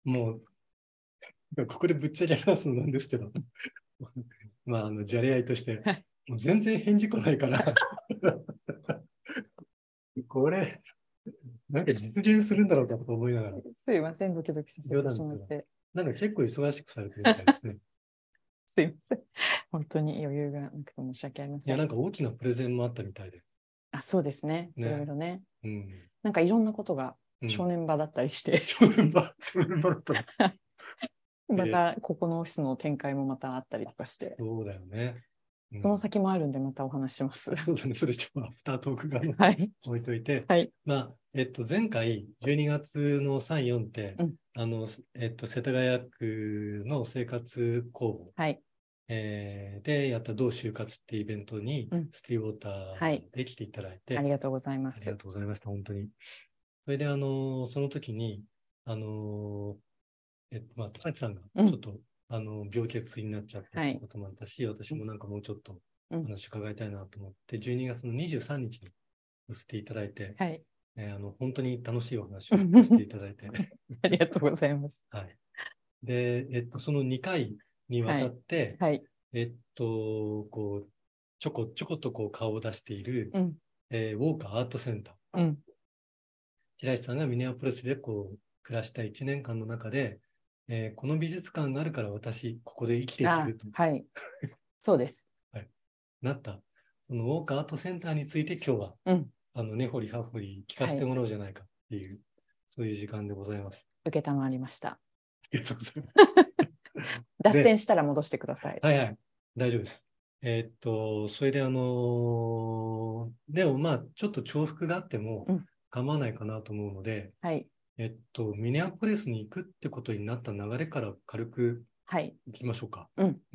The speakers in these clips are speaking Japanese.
もう、ここでぶっちゃけ話すのなんですけど、まあ、じゃれ合いとして、もう全然返事来ないから、これ、なんか実現するんだろうかと思いながら、 すいません、ドキドキさせて冗談ですけど、 しまって。 なんか結構忙しくされてるみたいですね。 すいません。本当に余裕がなくて申し訳ありまいや、 せん。 なんか大きなプレゼンもあったみたいで。 あ、そうですね。いろいね。 ろね。 うん。 なんかいろんなことがうん。 正念場だったりして、 そればったの。 またここのオフィスの展開もまたあったりとかして、 そうだよね。うそのん。 先もあるんでまたお話しします。 そうだね。それちょっとアフタートークがはい。 置いといて、 はい。 まあ、前回12月の3、4って、 うん。 世田谷区の生活工房、 はい。 でやった同就活っていうイベントに、 うん。 シティウォータはい。 ーで来ていただいて、 ありがとうございまありがす。 とうございました、本当に。それで、その時に、あの、まあ、高木さんがうん。 ちょっと、病欠になっちゃったってはい。 こともあったし、私もなんかもうちょっとうん。 話伺いたいなと思って、12月の23日に寄せていただいて、 はい。 本当に楽しいお話をさせていただいて、 ありがとうございます。 はい。で、その2回にわはい。 たって、 はい。 こう、ちょこちょことこう顔を出している、 うん。 ウォーカーアートセンター。 うん。 白石さんがミネアポリスでこう暮らした1年間の中で、この美術館があるから私、ここで生きていけると、 はい。そうです。 はい、なった、そのウォーカーアートセンターについて今日は、 うん。 根掘り葉掘り聞かはい。 せてもらおうじゃないかっていう、そういう時間でございます。 受けたまわりました。 ありがとうございます。 脱で、 線したら戻してください。 はいはい、大丈夫です。それででもまあ、ちょっと重複があってもうん。 構わないかなと思うので、 はい。 ミネアポリスに行くってことになった流れから軽くはい。 行きましょうか。 うん。 うん。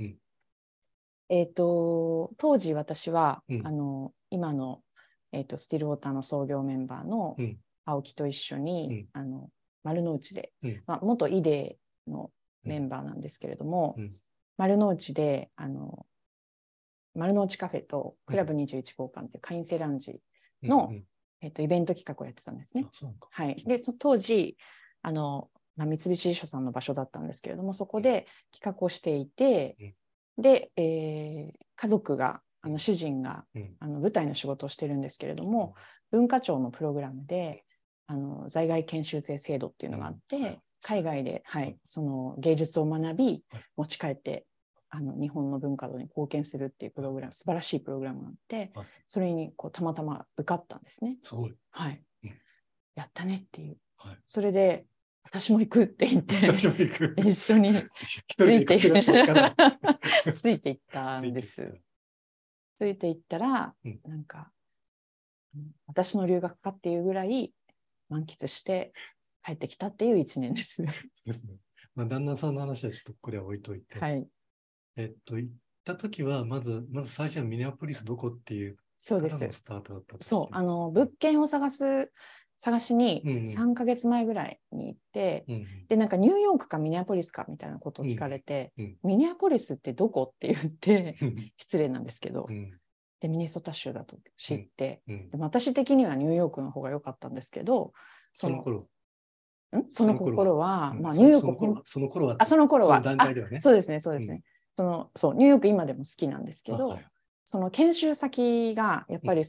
当時私は、 うん。 今の、スティルウォーターの創業メンバーのうん。 青木と一緒に、 うん。 丸の内で、 うん。 まあ、元イデーのうん。 メンバーなんですけれども、 うん。 丸の内で、丸の内カフェとうん。 クラブ21号館という会員制ラウンジうん。 の、 うん。 イベント企画をやってたんですね。 あ、そうなんか。 はい。で、当時、三菱地所さんの場所だったんですけれども、そこで企画をしていて、で、家族が、主人が、舞台の仕事をしてるんですけれども、文化庁のプログラムで、在外研修生制度っていうのがあって、海外で、はい、その芸術を学び、持ち帰って、日本の文化度に貢献するっていうプログラム、素晴らしいプログラムがあって、それにこうたまたま受かったんですね。 すごい。 はい。やったねっていう。 はい、 それで、私も行くって言って、一緒についてついていったんです。ついていったら、なんか、私の留学かっていうぐらい満喫して帰ってきたっていう1年です。 ですね。まあ、旦那さんの話はちょっとこれは置いといて、 はい。 行った時は、まず最初はミネアポリスどこっていうからのスタートだった。 そう、物件を探しに3ヶ月前ぐらいに行って、で、なんかニューヨークかミネアポリスかみたいなことを聞かれて、ミネアポリスってどこって言って、失礼なんですけど、で、ミネソタ州だと知って、で私的にはニューヨークの方が良かったんですけど、 その頃は、まあ、ニューヨーク、 その頃は、 その頃は、 段階ではね。 そうですね、そうですね。そう、ニューヨーク今でも好きなんですけど、その研修先が、やっぱり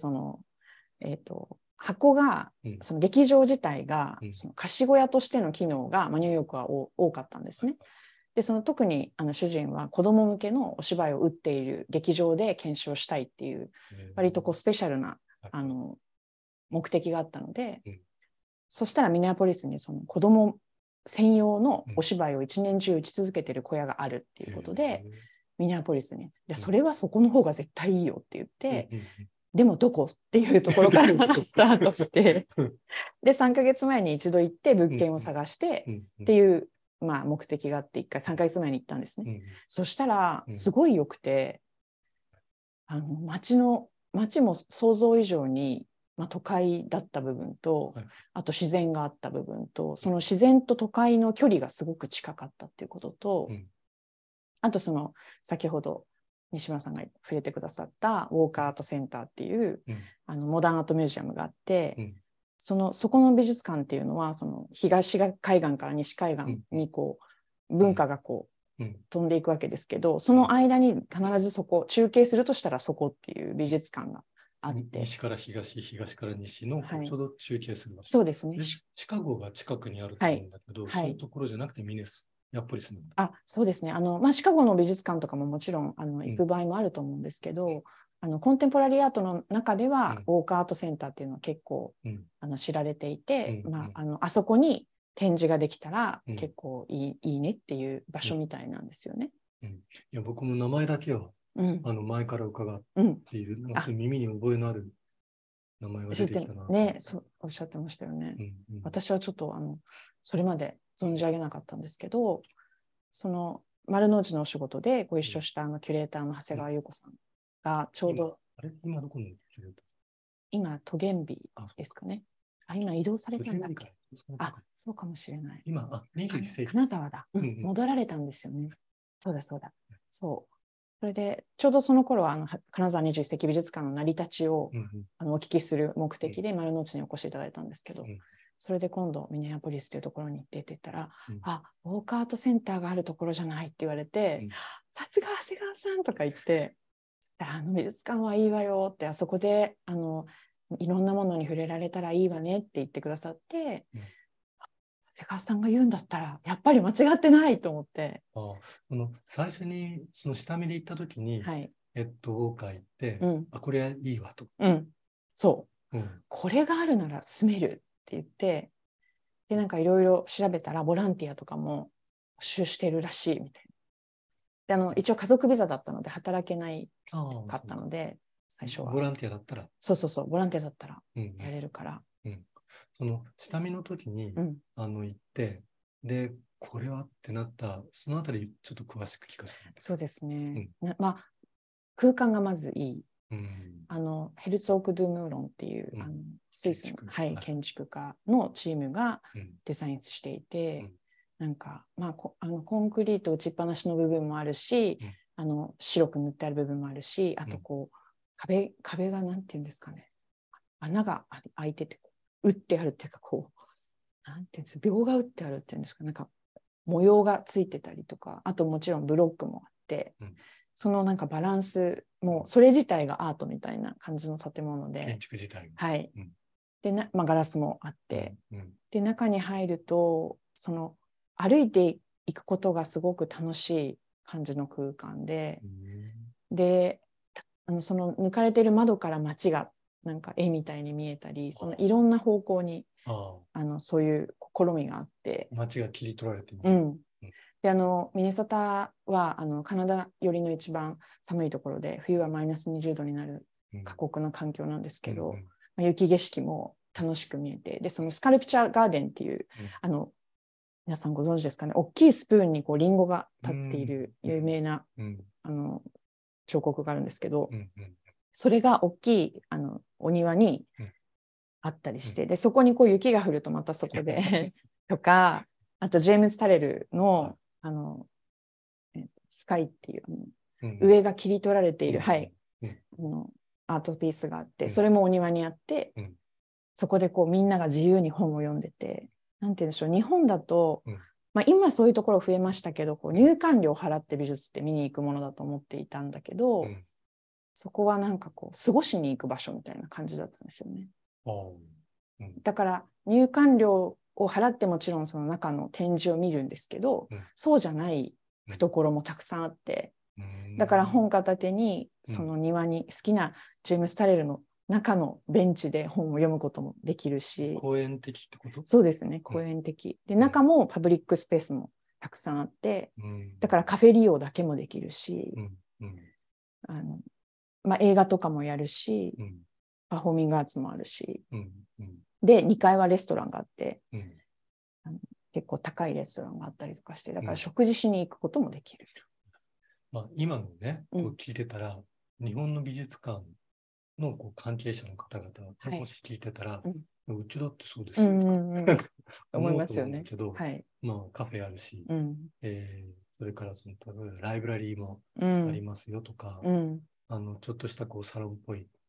箱が、その劇場自体が、その貸し小屋としての機能が、まあ、ニューヨークは多かったんですね。で、特に主人は子供向けのお芝居を打っている劇場で研修をしたいっていう、割とこうスペシャルな目的があったので、そしたらミネアポリスにその子供専用のお芝居を一年中打ち続けてる小屋があるっていうことで、ミネアポリスに、それはそこの方が絶対いいよって言って、でもどこっていうところからスタートして、で、3ヶ月前に一度行って物件を探してっていう、まあ、目的があって1回3ヶ月前に行ったんですね。そしたらすごい良くて、街も想像以上に、まあ、都会だった部分と、あと自然があった部分と、その自然と都会の距離がすごく近かったっていうことと、あと先ほど西村さんが触れてくださったウォーカーアートセンターっていう、モダンアートミュージアムがあって、 そこの美術館っていうのはその東海岸から西海岸にこう文化がこう飛んでいくわけですけど、その間に必ずそこ中継するとしたらそこっていう美術館があって、 西から東、東から西のちょうど中継する場所。 そうですね。 シカゴが近くにあると思うんだけど、そういうところじゃなくてミネアポリスなんだ。 そうですね。シカゴの美術館とかももちろん行く場合もあると思うんですけど、コンテンポラリーアートの中では、ウォークアートセンターっていうのは結構、知られていて、あそこに展示ができたら結構いいねっていう場所みたいなんですよね。 いや、僕も名前だけは、前から伺っている、耳に覚えのある名前が出てきたな。 ね、そうおっしゃってましたよね。私はちょっとそれまで存じ上げなかったんですけど、その丸の内のお仕事でご一緒したキュレーターの長谷川優子さんがちょうど、 今どこにキュレーター？ 今、都玄美ですかね。今移動されたんだっけ？そうかもしれない。 今、21世紀。 金沢だ。戻られたんですよね。そうだそうだ。そう。それで、ちょうどその頃は金沢21世紀美術館の成り立ちをお聞きする目的で丸の内にお越しいただいたんですけど、それで今度ミネアポリスというところに行ってって言ったら、ウォークアートセンターがあるところじゃないって言われて、さすが長谷川さんとか言って、美術館はいいわよって、あそこでいろんなものに触れられたらいいわねって言ってくださって、長谷川さんが言うんだったらやっぱり間違ってないと思って。 最初にその下見で行った時に、ウォーカー行って、これはいいわと。 そう、これがあるなら住めるって言って、でなんかいろいろ調べたらボランティアとかも募集してるらしいみたいな。で一応家族ビザだったので働けないかったので、最初はボランティアだったらボランティアだったらやれるから、 その下見の時に、行って、でこれはってなったそのあたりちょっと詳しく聞かせて。 そうですね、空間がまずいい。ヘルツォーク・ドゥ・ムーロンっていう、スイスの、建築家のチームがデザインしていて、なんか、コンクリート打ちっぱなしの部分もあるし、白く塗ってある部分もあるし、あとこう、壁がなんていうんですかね、穴が開いてて、打ってあるっていうか、こう、なんていうんですか、描画打ってあるっていうんですか、なんか模様がついてたりとか、あともちろんブロックもあって、そのなんかバランスもそれ自体がアートみたいな感じの建物で、 建築自体でガラスもあって、で中に入るとその歩いていくことがすごく楽しい感じの空間で、でその抜かれている窓から街がなんか絵みたいに見えたり、そのいろんな方向にそういう試みがあって、 街が切り取られている。 でミネソタはカナダ寄りの一番寒いところで、冬はマイナス20度になる過酷な環境なんですけど、雪景色も楽しく見えて、でそのスカルプチャーガーデンっていう、皆さんご存知ですかね、大きいスプーンにこうリンゴが立っている有名な、彫刻があるんですけど、それが大きいお庭にあったりして、でそこにこう雪が降るとまたそこでとか、あとジェームズ・タレルのスカイっていう上が切り取られている、アートピースがあって、それもお庭にあって、そこでこうみんなが自由に本を読んでて、なんて言うんでしょう、日本だと、今そういうところ増えましたけど、こう入館料を払って美術って見に行くものだと思っていたんだけど、そこはなんかこう過ごしに行く場所みたいな感じだったんですよね。だから入館料を払ってもちろんその中の展示を見るんですけど、そうじゃない懐もたくさんあって、だから本片手にその庭に好きなジェームス・タレルの中のベンチで本を読むこともできるし。 公園的ってこと？ そうですね、公園的。で中もパブリックスペースもたくさんあって、だからカフェ利用だけもできるし、映画とかもやるし、パフォーミングアーツもあるし、で2階はレストランがあって、結構高いレストランがあったりとかして、だから食事しに行くこともできる。 今のね、こう聞いてたら、日本の美術館のこう関係者の方々がもし聞いてたら、うちだってそうですよ思いますよね。 けど、カフェあるし、それからその例えばライブラリーもありますよとか、ちょっとしたこうサロンっぽい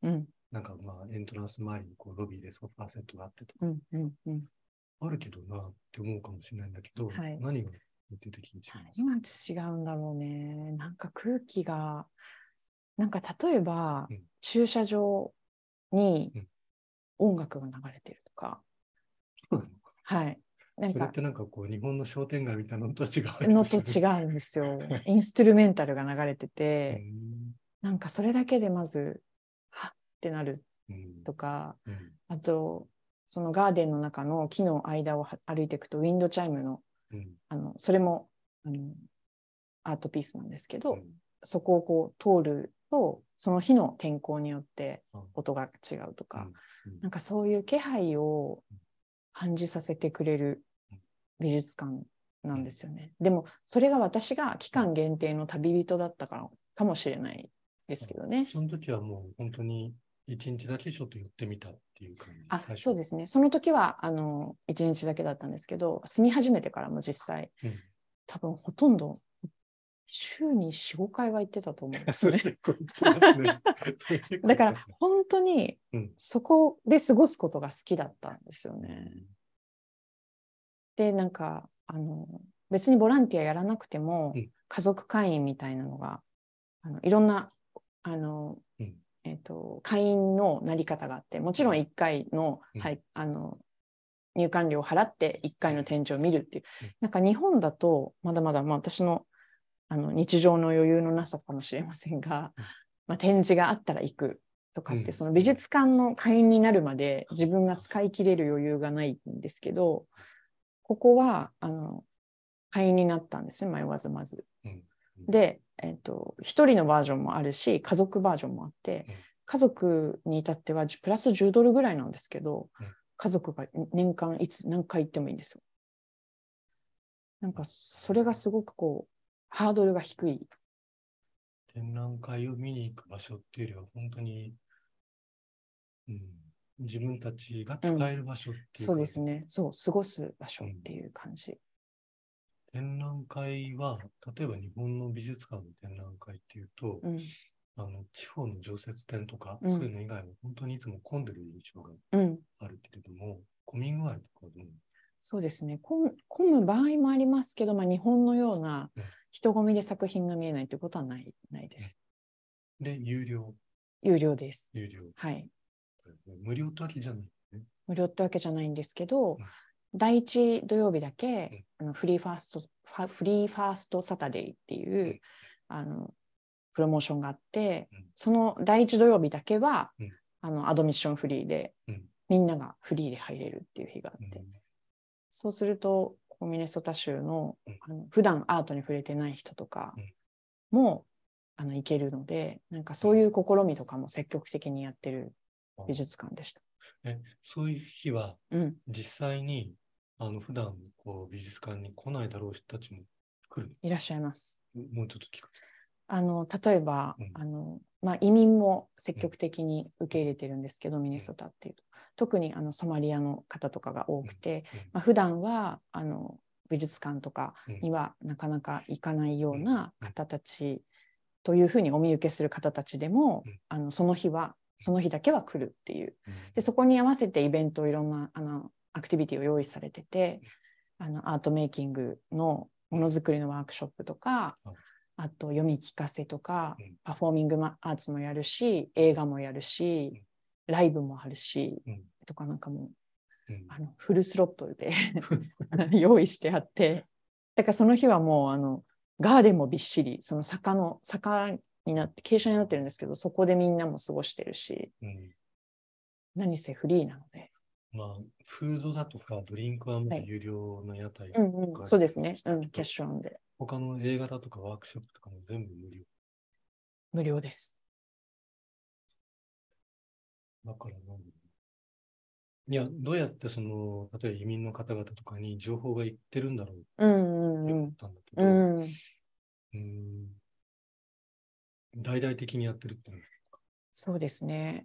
なんかまあエントランス周りにこうロビーでソファーセットがあってとか、 うんうんうん、 あるけどなって思うかもしれないんだけど、 はい、 何が決定的に違うんです今違うんだろうね。なんか空気が、なんか例えば、 うん、 駐車場に音楽が流れてるとか、はい。なんか、 それってなんかこう日本の商店街みたいなのとは違うのと違うんですよ。インストゥルメンタルが流れてて、なんかそれだけでまず、はっってなるとか、あと、そのガーデンの中の木の間を歩いていくと、ウィンドチャイムの、それもアートピースなんですけど、そこをこう通ると、その日の天候によって音が違うとか、なんかそういう気配を感じさせてくれる美術館なんですよね。でもそれが私が期間限定の旅人だったからかもしれないですけどね。 その時はもう本当に一日だけちょっと寄ってみたっていう感じ。 そうですね。その時は一日だけだったんですけど、住み始めてからも実際、多分ほとんど週に4、5回は行ってたと思うんですね。だから本当にそこで過ごすことが好きだったんですよね。で、なんか別にボランティアやらなくても、家族会員みたいなのがいろんな会員のなり方があって、もちろん1回の、入館料を払って1回の展示を見るっていう、なんか日本だとまだまだ、私の日常の余裕のなさかもしれませんが、展示があったら行くとかって、その美術館の会員になるまで自分が使い切れる余裕がないんですけど、ここは会員になったんですよ、迷わずまず。で、1人のバージョンもあるし、家族バージョンもあって、家族に至ってはプラス10ドルぐらいなんですけど、家族が年間何回行ってもいいんですよ。なんかそれがすごくこうハードルが低い。 展覧会を見に行く場所っていうよりは本当に、自分たちが使える場所っていう、 そうですね。そう、過ごす場所っていう感じ。 展覧会は、例えば日本の美術館の展覧会っていうと、地方の常設展とか、そういうの以外も本当にいつも混んでる印象があるけれども、混み具合とかはどう？ そうですね。混む場合もありますけど、日本のような人混みで作品が見えないということはないです。 で、有料です。 有料。 はい。 無料ってわけじゃないね。 無料ってわけじゃないんですけど、第1土曜日だけ、フリーファーストサタデーっていう、プロモーションがあって、その第1土曜日だけは、アドミッションフリーで、みんながフリーで入れるっていう日があって、そうするとミネソタ州の、普段アートに触れてない人とかも、行けるので、なんかそういう試みとかも積極的にやってる美術館でした。 そういう日は、実際に普段こう美術館に来ないだろう人たちも来る？ いらっしゃいます。 もうちょっと聞く。 例えば、移民も積極的に受け入れてるんですけど、ミネソタっていうと、特にソマリアの方とかが多くて、普段は美術館とかにはなかなか行かないような方たちというふうにお見受けする方たちでも、その日だけは来るっていう。で、そこに合わせてイベントをいろんなアクティビティを用意されてて、アートメイキングのものづくりのワークショップとか、あと読み聞かせとか、パフォーミングアーツもやるし、映画もやるし、ライブもあるし、とかなんかもう、フルスロットルで用意してあって、だからその日はもうガーデンもびっしり、その坂になって、傾斜になってるんですけど、そこでみんなも過ごしてるし、何せフリーなので。 フードだとかドリンクはもう有料の屋台とか、そうですね、キャッシュオンで。 他の映画だとかワークショップとかも全部無料。 無料です。 だからいや、どうやって例えば移民の方々とかに情報がいってるんだろうって思ったんだけど、大々的にやってるってのは。 そうですね。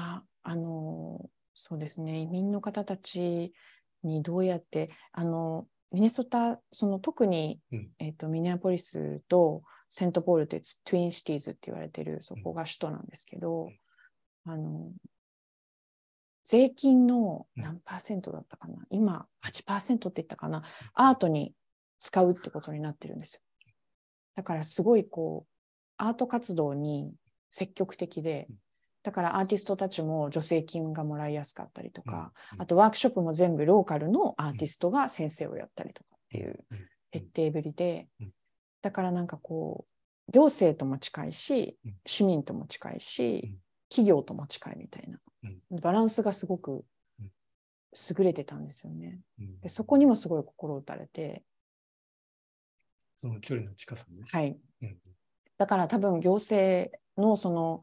そうですね。移民の方たちにどうやって、ミネソタ、特に、ミネアポリスとセントポールってツインシティーズって言われてる、そこが首都なんですけど、 税金の何パーセントだったかな、今8%って言ったかな、アートに使うってことになってるんですよ。だからすごいこうアート活動に積極的で、だからアーティストたちも助成金がもらいやすかったりとか、あとワークショップも全部ローカルのアーティストが先生をやったりとかっていう徹底ぶりで、だからなんかこう行政とも近いし、市民とも近いし、企業とも近いみたいなバランスがすごく優れてたんですよね。でそこにもすごい心打たれて、 その距離の近さね。 はい。だから多分行政の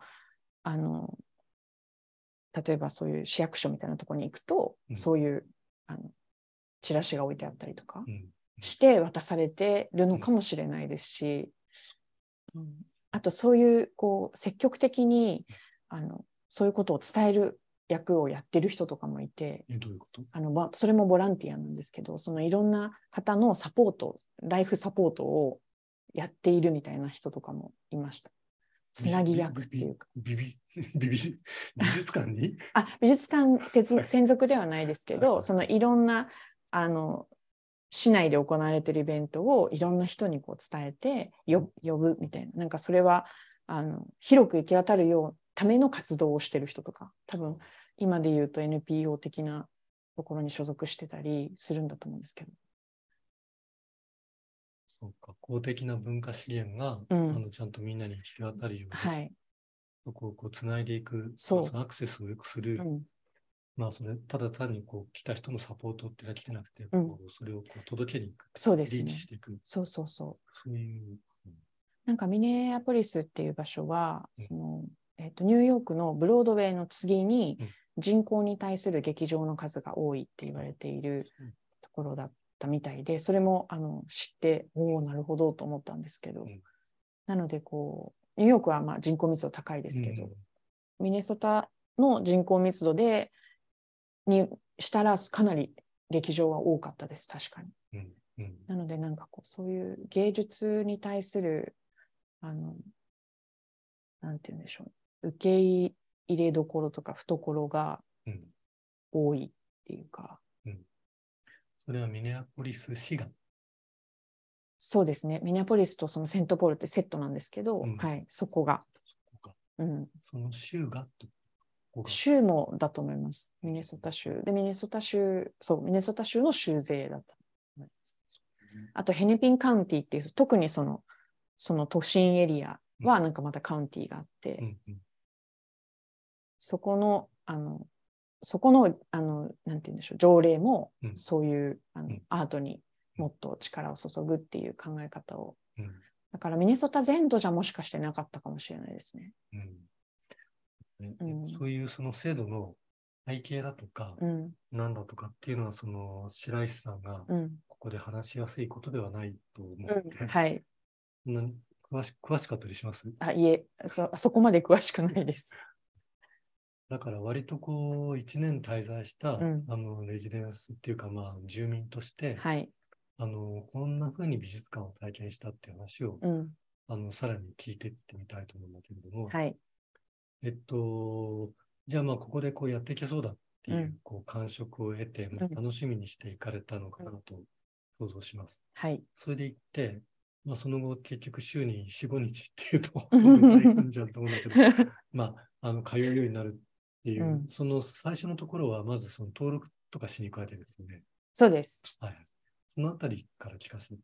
例えばそういう市役所みたいなところに行くと、そういうチラシが置いてあったりとかして渡されてるのかもしれないですし、あとそういうこう積極的にそういうことを伝える役をやってる人とかもいて、 どういうこと？ それもボランティアなんですけど、そのいろんな方のサポート、ライフサポートをやっているみたいな人とかもいました。つなぎ役っていうか。 美術館に美術館専属ではないですけど、そのいろんな市内で行われているイベントをいろんな人にこう伝えて呼ぶみたいな、なんかそれは広く行き渡るようための活動をしている人とか、多分今で言うと NPO 的なところに所属してたりするんだと思うんですけど。 そうか、公的な文化資源が、ちゃんとみんなに行き渡るように、 はい、 そこをこうつないでいく、 そうアクセスを良くする、それただ単にこう来た人のサポートってだけじゃなくて、こうそれをこう届けに行く、 そうですね、 リーチしていく。 そういう。 なんかミネアポリスっていう場所は、ニューヨークのブロードウェイの次に人口に対する劇場の数が多いって言われているところだったみたいで、それも知って、おお、なるほどと思ったんですけど、なのでこうニューヨークはまあ人口密度高いですけど、ミネソタの人口密度にしたらかなり劇場は多かったです、確かに。なのでなんかこうそういう芸術に対するなんて言うんでしょう、受け入れどころとか懐が多いっていうか、 それはミネアポリス市が。 そうですね、ミネアポリスとそのセントポールってセットなんですけど、はい、そこが。 その州が州もだと思います。ミネソタ州。で、ミネソタ州の州税だったと思います。あと、ヘネピンカウンティっていう、特にその都心エリアはなんかまたカウンティがあって、そこの、なんて言うんでしょう、条例もそういうアートにもっと力を注ぐっていう考え方を。だからミネソタ全土じゃもしかしてなかったかもしれないですね。 そういうその制度の背景だとか、なんだとかっていうのは、その白石さんがここで話しやすいことではないと思って、 はい。 詳しかったりします？ いえ、そこまで詳しくないです。 だから割とこう1年滞在した、レジデンスっていうか、住民として、 はい、 こんな風に美術館を体験したっていう話を、さらに聞いていってみたいと思うんだけれども、 はい、 じゃあここでこうやっていけそうだっていう、こう感触を得て、楽しみにしていかれたのかなと想像します。 はい、 それで行って、その後結局週に4、5日っていうと、ほとんど行くんじゃんと思うんだけど、通うようになるっていう、その最初のところは、まずその登録とかしに行くわけですよね。 そうです。 はい。そのあたりから聞かせて。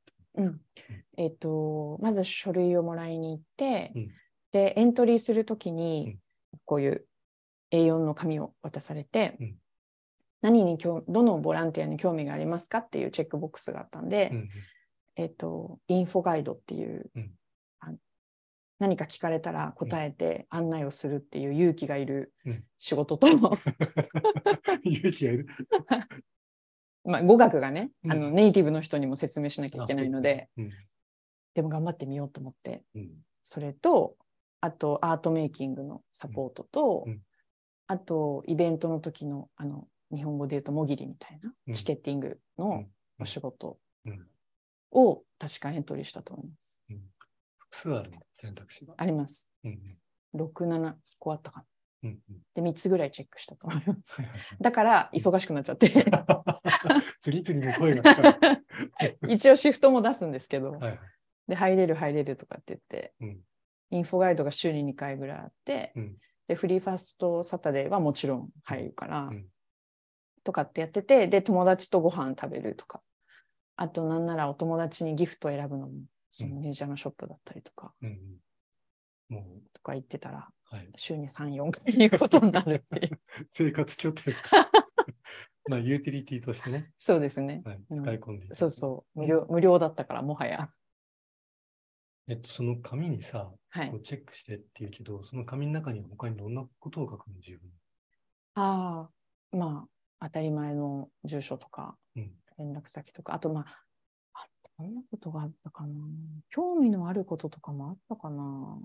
まず書類をもらいに行って、で、エントリーするときに、こういう A4 の紙を渡されて、どのボランティアに興味がありますかっていうチェックボックスがあったんで、インフォガイドっていう、何か聞かれたら答えて案内をするっていう勇気がいる仕事と、勇気がいる語学がね、ネイティブの人にも説明しなきゃいけないので、でも頑張ってみようと思って、それと、あとアートメイキングのサポートと、あとイベントの時の日本語で言うともぎりみたいなチケッティングのお仕事を確かエントリーしたと思います。 複数ある選択肢があります。6、7個あったかな。 で、3つぐらいチェックしたと思います。だから、忙しくなっちゃって。 次々の声がかかる。 一応シフトも出すんですけど、 はいはい、 で、入れるとかって言って、 うん、 インフォガイドが週に2回ぐらいあって、で、フリーファーストサタデーはもちろん入るから、とかってやってて、で、友達とご飯食べるとか、あとなんならお友達にギフトを選ぶのも、そのミュージアムショップだったりとか、もうとか言ってたら、週に3、4回行くことになるっていう。 生活拠点ですか。まあ、ユーティリティとしてね。 そうですね。 使い込んでいた。 そうそう。無料だったから、もはや。 その紙にさ、 はい、 こうチェックしてっていうけど、その紙の中に他にどんなことを書くの、自分。 ああ、まあ、当たり前の住所とか、連絡先とか、あと、まあ、どんなことがあったかな。興味のあることとかもあったかな。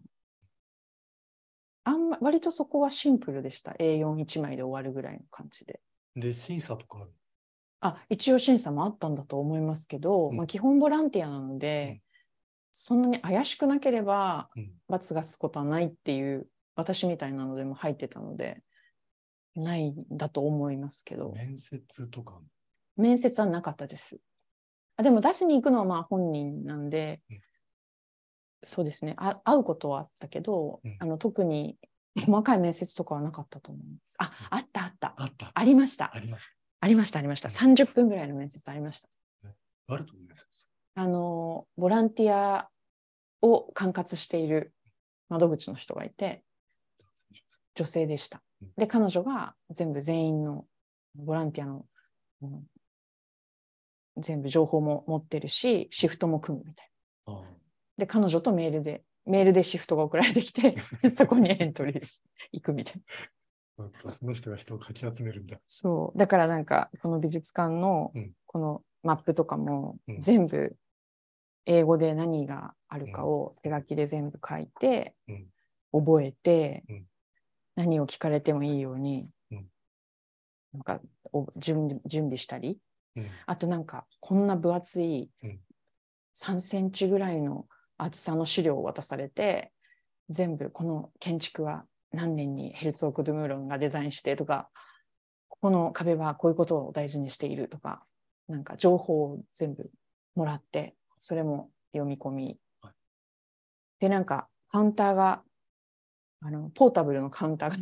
割とそこはシンプルでした。A41 枚で終わるぐらいの感じで。 で、審査とかある？一応審査もあったんだと思いますけど、まあ、基本ボランティアなので、そんなに怪しくなければ罰がつくことはないっていう私みたいなのでも入ってたのでないんだと思いますけど。 面接とか？ 面接はなかったです。でも出しに行くのはまあ本人なんで、そうですね、会うことはあったけど、特に細かい面接とかはなかったと思います。あったありました。ありました。30分ぐらいの面接ありました。ボランティアを管轄している窓口の人がいて、女性でした。で、彼女が全員のボランティアの、全部情報も持ってるし、シフトも組むみたいな。で、彼女とメールでシフトが送られてきて、そこにエントリー行くみたいな。その人が人をかき集めるんだ。 そう。だからなんか、この美術館のこのマップとかも全部英語で何があるかを手書きで全部書いて、覚えて、何を聞かれてもいいように、なんか準備したり、あとなんかこんな分厚い3センチぐらいの厚さの資料を渡されて、全部この建築は何年にヘルツォーク・ドゥ・ムーロンがデザインしてとか、ここの壁はこういうことを大事にしているとか、なんか情報を全部もらって、それも読み込み。で、なんかカウンターが、ポータブルのカウンターがあって、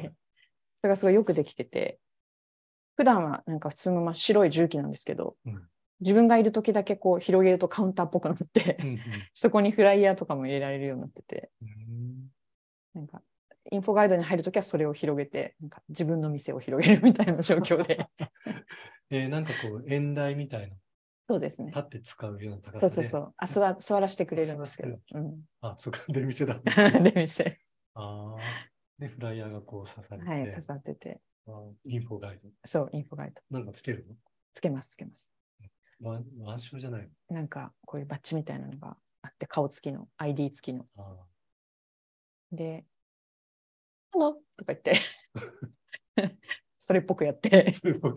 それがすごいよくできてて、普段はなんか普通の白い重機なんですけど、自分がいる時だけこう広げるとカウンターっぽくなって、そこにフライヤーとかも入れられるようになってて、なんかインフォガイドに入るときはそれを広げて、なんか自分の店を広げるみたいな状況で。 なんかこう、演台みたいな。 そうですね。 立って使うような高さで。 そう。座らせてくれるんですけど。 そうか、出店だ。 出店。 で、フライヤーがこう刺されて。 はい、刺さってて。 インフォガイド。 そう、インフォガイド。 なんかつけるの？ つけます。 腕章じゃないの？なんか、こういうバッジみたいなのがあって、顔付きの、ID 付きの。で、とか言ってそれっぽくやって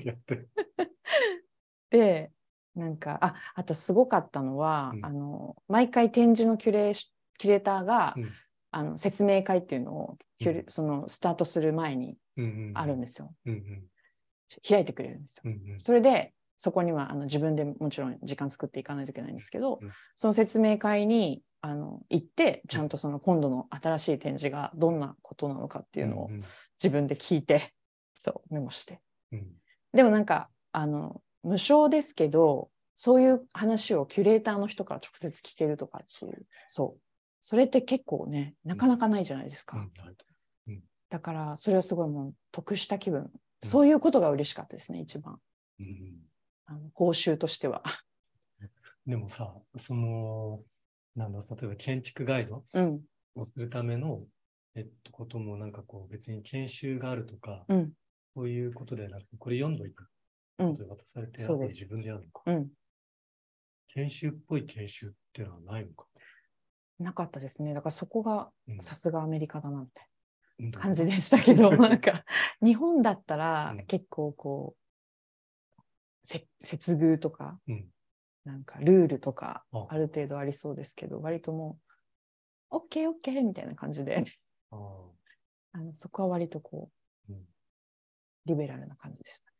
で、なんかあとすごかったのは、毎回展示のキュレーターが、説明会っていうのを、そのスタートする前にあるんですよ。開いてくれるんですよ。それでそこには自分でもちろん時間作っていかないといけないんですけど、その説明会に行ってちゃんとその今度の新しい展示がどんなことなのかっていうのを自分で聞いて、そうメモして、でもなんか無償ですけど、そういう話をキュレーターの人から直接聞けるとかっていう、それって結構ね、なかなかないじゃないですか。だからそれはすごいもう得した気分、そういうことが嬉しかったですね、一番。報酬としては。 でもさ、なんだ、例えば建築ガイドをするための、こともなんかこう別に研修があるとか、そういうことではなくて、これ読んどいたことで渡されて、あと自分でやるのか。研修っぽい研修っていうのはないのか。 なかったですね。だからそこがさすがアメリカだなって感じでしたけど、なんか日本だったら結構こう接遇とか、なんかルールとかある程度ありそうですけど、割ともう OK みたいな感じでそこは割とこう、リベラルな感じでした。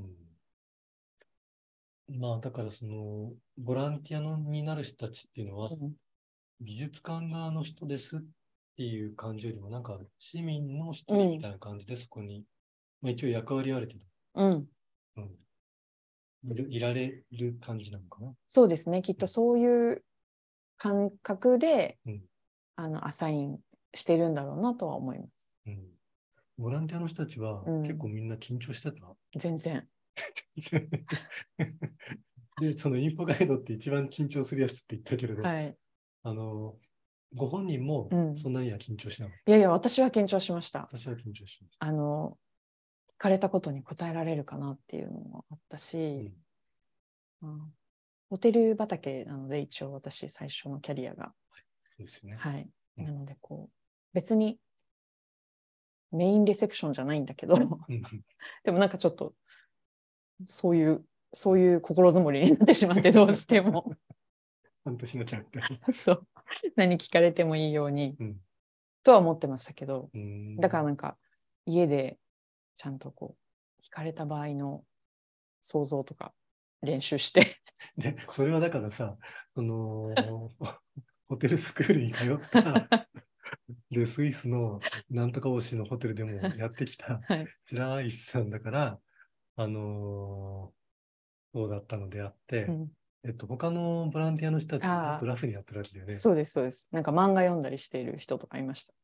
まあだからそのボランティアになる人たちっていうのは、美術館側の人ですっていう感じよりも、なんか市民の人みたいな感じでそこに、まあ、一応役割はあるけど、いられる感じなのかな。 そうですね、きっとそういう感覚で、アサインしてるんだろうなとは思います。 ボランティアの人たちは結構みんな緊張してた？ 全然。 で、そのインフォガイドって一番緊張するやつって言ったけれど、ご本人もそんなには緊張しなかった？ いやいや、私は緊張しました。 私は緊張しました。 聞かれたことに答えられるかなっていうのもあったし、ホテル畑なので、一応私、最初のキャリアが。 そうですね。 はい。なので、こう、別にメインレセプションじゃないんだけど、でもなんかちょっと、そういう心づもりになってしまって、どうしても。 半年になっちゃうって。 そう。何聞かれてもいいように、とは思ってましたけど、だからなんか、家でちゃんとこう、聞かれた場合の想像とか練習して。 で、それはだからさ、その、ホテルスクールに通ったで、スイスのなんとか推しのホテルでもやってきた白石さんだから、そうだったのであって、他のボランティアの人たちももっとラフにやってるわけだよね。 そうです、そうです。なんか漫画読んだりしている人とかいました。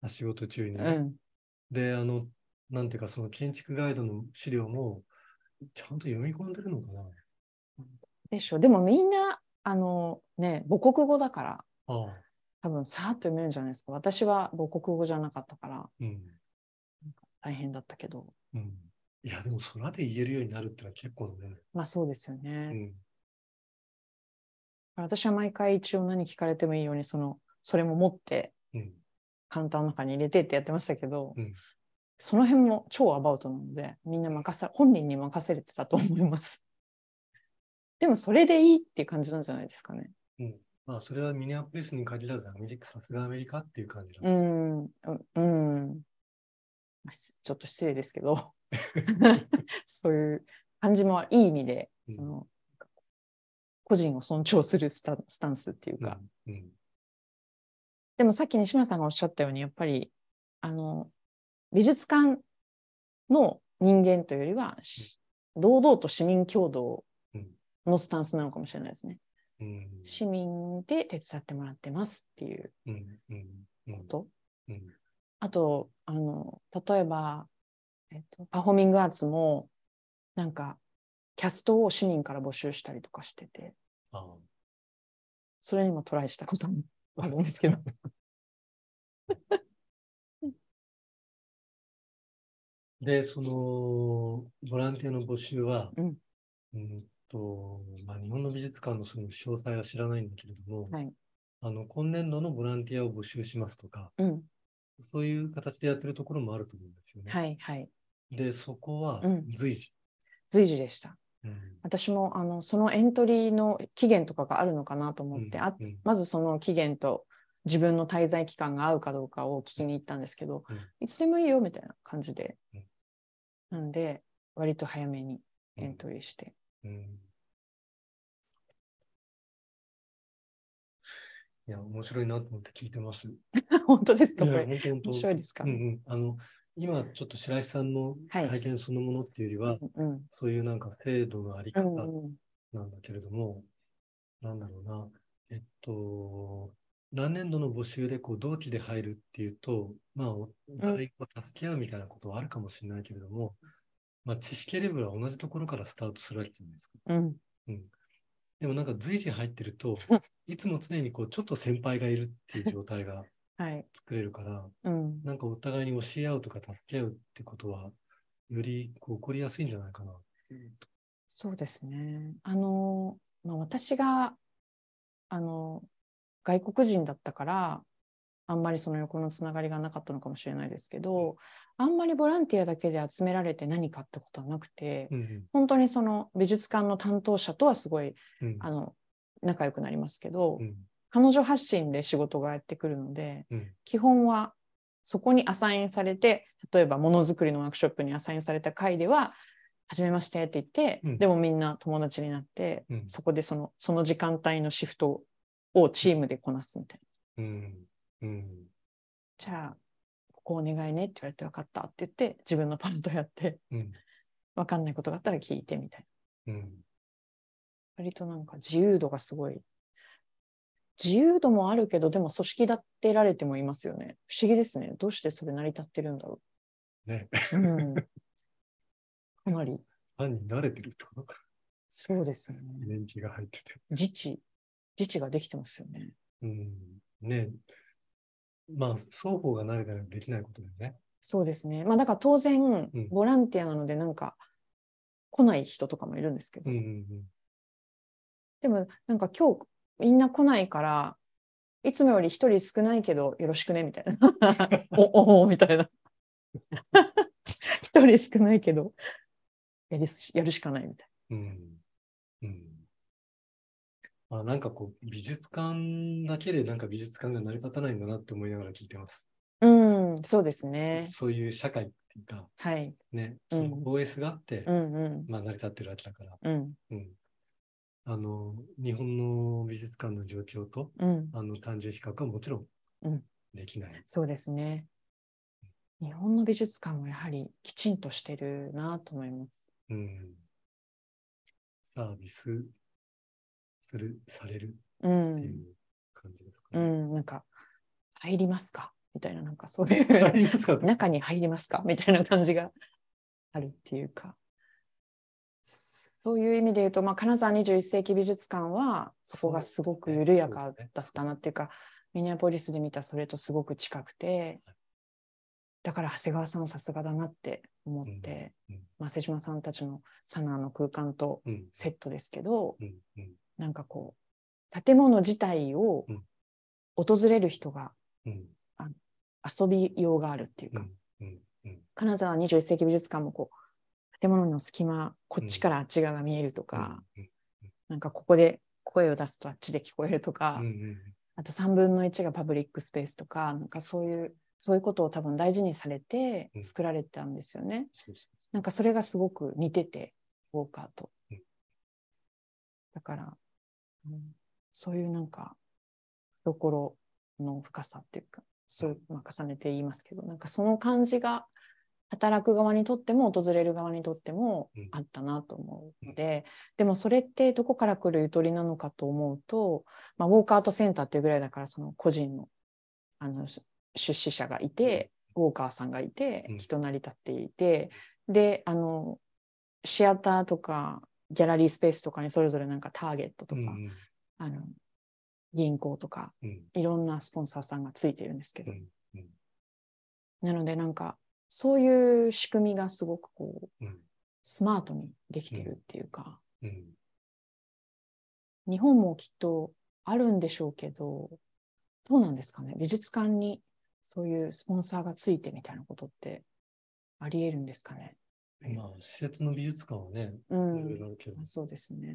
仕事中に。で、なんていうか、その建築ガイドの資料も、ちゃんと読み込んでるのかな。 でしょ。でもみんな、母国語だから、多分さーっと読めるんじゃないですか。私は母国語じゃなかったから、大変だったけど。 いや、でも空で言えるようになるってのは結構ね。 まあそうですよね。私は毎回一応何聞かれてもいいように、それも持って、カウンターの中に入れてってやってましたけど、その辺も超アバウトなので、みんな本人に任せれてたと思います。でもそれでいいっていう感じなんじゃないですかね。 まあ、それはミネアポリスに限らず、さすがアメリカっていう感じちょっと失礼ですけど、そういう感じもいい意味で、個人を尊重するスタンスっていうか。でもさっき西村さんがおっしゃったように、やっぱり、美術館の人間というよりは、堂々と市民共同のスタンスなのかもしれないですね。市民で手伝ってもらってますっていうこと。あと、例えば、パフォーミングアーツも、なんか、キャストを市民から募集したりとかしてて、それにもトライしたこともあるんですけど。 で、その、ボランティアの募集は、まあ、日本の美術館のその詳細は知らないんだけれども、今年度のボランティアを募集しますとか、そういう形でやってるところもあると思うんですよね。で、そこは随時。 随時でした。私もそのエントリーの期限とかがあるのかなと思って、まずその期限と自分の滞在期間が合うかどうかを聞きに行ったんですけど、いつでもいいよみたいな感じで、なんで割と早めにエントリーして。 いや、面白いなと思って聞いてます。 本当ですか？これ面白いですか？ 今ちょっと白石さんの体験そのものっていうよりは、そういうなんか制度のあり方なんだけれども、なんだろうな、何年度の募集でこう同期で入るっていうと、まあ、お互い助け合うみたいなことはあるかもしれないけれども、まあ、知識レベルは同じところからスタートするわけじゃないですか。でもなんか随時入ってると、いつも常にこうちょっと先輩がいるっていう状態が作れるから、なんかお互いに教え合うとか助け合うってことは、よりこう起こりやすいんじゃないかな。 そうですね。私が外国人だったから、あんまりその横のつながりがなかったのかもしれないですけど、あんまりボランティアだけで集められて何かってことはなくて、本当にその美術館の担当者とはすごい、仲良くなりますけど、彼女発信で仕事がやってくるので、基本はそこにアサインされて、例えばものづくりのワークショップにアサインされた回では、はじめましてって言って、でもみんな友達になって、そこでその時間帯のシフトをチームでこなすみたいな。じゃあ、ここお願いねって言われて分かったって言って、自分のパートやって、分かんないことがあったら聞いてみたいな。割となんか自由度がすごい。自由度もあるけど、でも組織立てられてもいますよね。不思議ですね。どうしてそれ成り立ってるんだろう。ね。 かなり。 ファンに慣れてるってことか。 そうですね。 年季が入ってて。 自治ができてますよね。 ね。まあ、双方が慣れたらできないことだよね。 そうですね。まあ、だから当然、ボランティアなので、なんか、来ない人とかもいるんですけど。でも、なんか今日、みんな来ないから、いつもより一人少ないけど、よろしくね、みたいな。おみたいな。一人少ないけど、やるしかないみたいな。なんかこう、美術館だけでなんか美術館が成り立たないんだなって思いながら聞いてます。 そうですね。 そういう社会っていうか、ね、その OS があって、まあ成り立ってるわけだから。日本の美術館の状況と、単純比較はもちろんできない。 そうですね。日本の美術館はやはりきちんとしてるなと思います。 サービスされるっていう感じですかね。 なんか、入りますかみたいな、なんかそういう中に入りますかみたいな感じがあるっていうか。そういう意味で言うと、金沢21世紀美術館はそこがすごく緩やかだったなっていうか、ミネアポリスで見たそれとすごく近くて、だから長谷川さんさすがだなって思って、瀬島さんたちのサナーの空間とセットですけど、なんかこう建物自体を訪れる人が遊びようがあるっていうか、金沢21世紀美術館もこう建物の隙間、こっちからあっち側が見えるとか、なんかここで声を出すとあっちで聞こえるとか、あと3分の1がパブリックスペースとか、なんかそういうことを多分大事にされて作られたんですよね。なんかそれがすごく似てて、ウォーカーと。だから、そういうなんか、懐の深さっていうか、そういう、重ねて言いますけど、なんかその感じが、働く側にとっても訪れる側にとってもあったなと思うので、でもそれってどこから来るゆとりなのかと思うと、ウォークアウトセンターっていうぐらいだから、その個人の出資者がいて、ウォーカーさんがいて、人成り立っていて、でシアターとかギャラリースペースとかにそれぞれなんかターゲットとか、銀行とか、いろんなスポンサーさんがついてるんですけど、なのでなんかそういう仕組みがすごくこう、スマートにできてるっていうか、日本もきっとあるんでしょうけど、どうなんですかね、美術館にそういうスポンサーがついてみたいなことってあり得るんですかね。 施設の美術館はね、いろいろあるけど。 そうですね。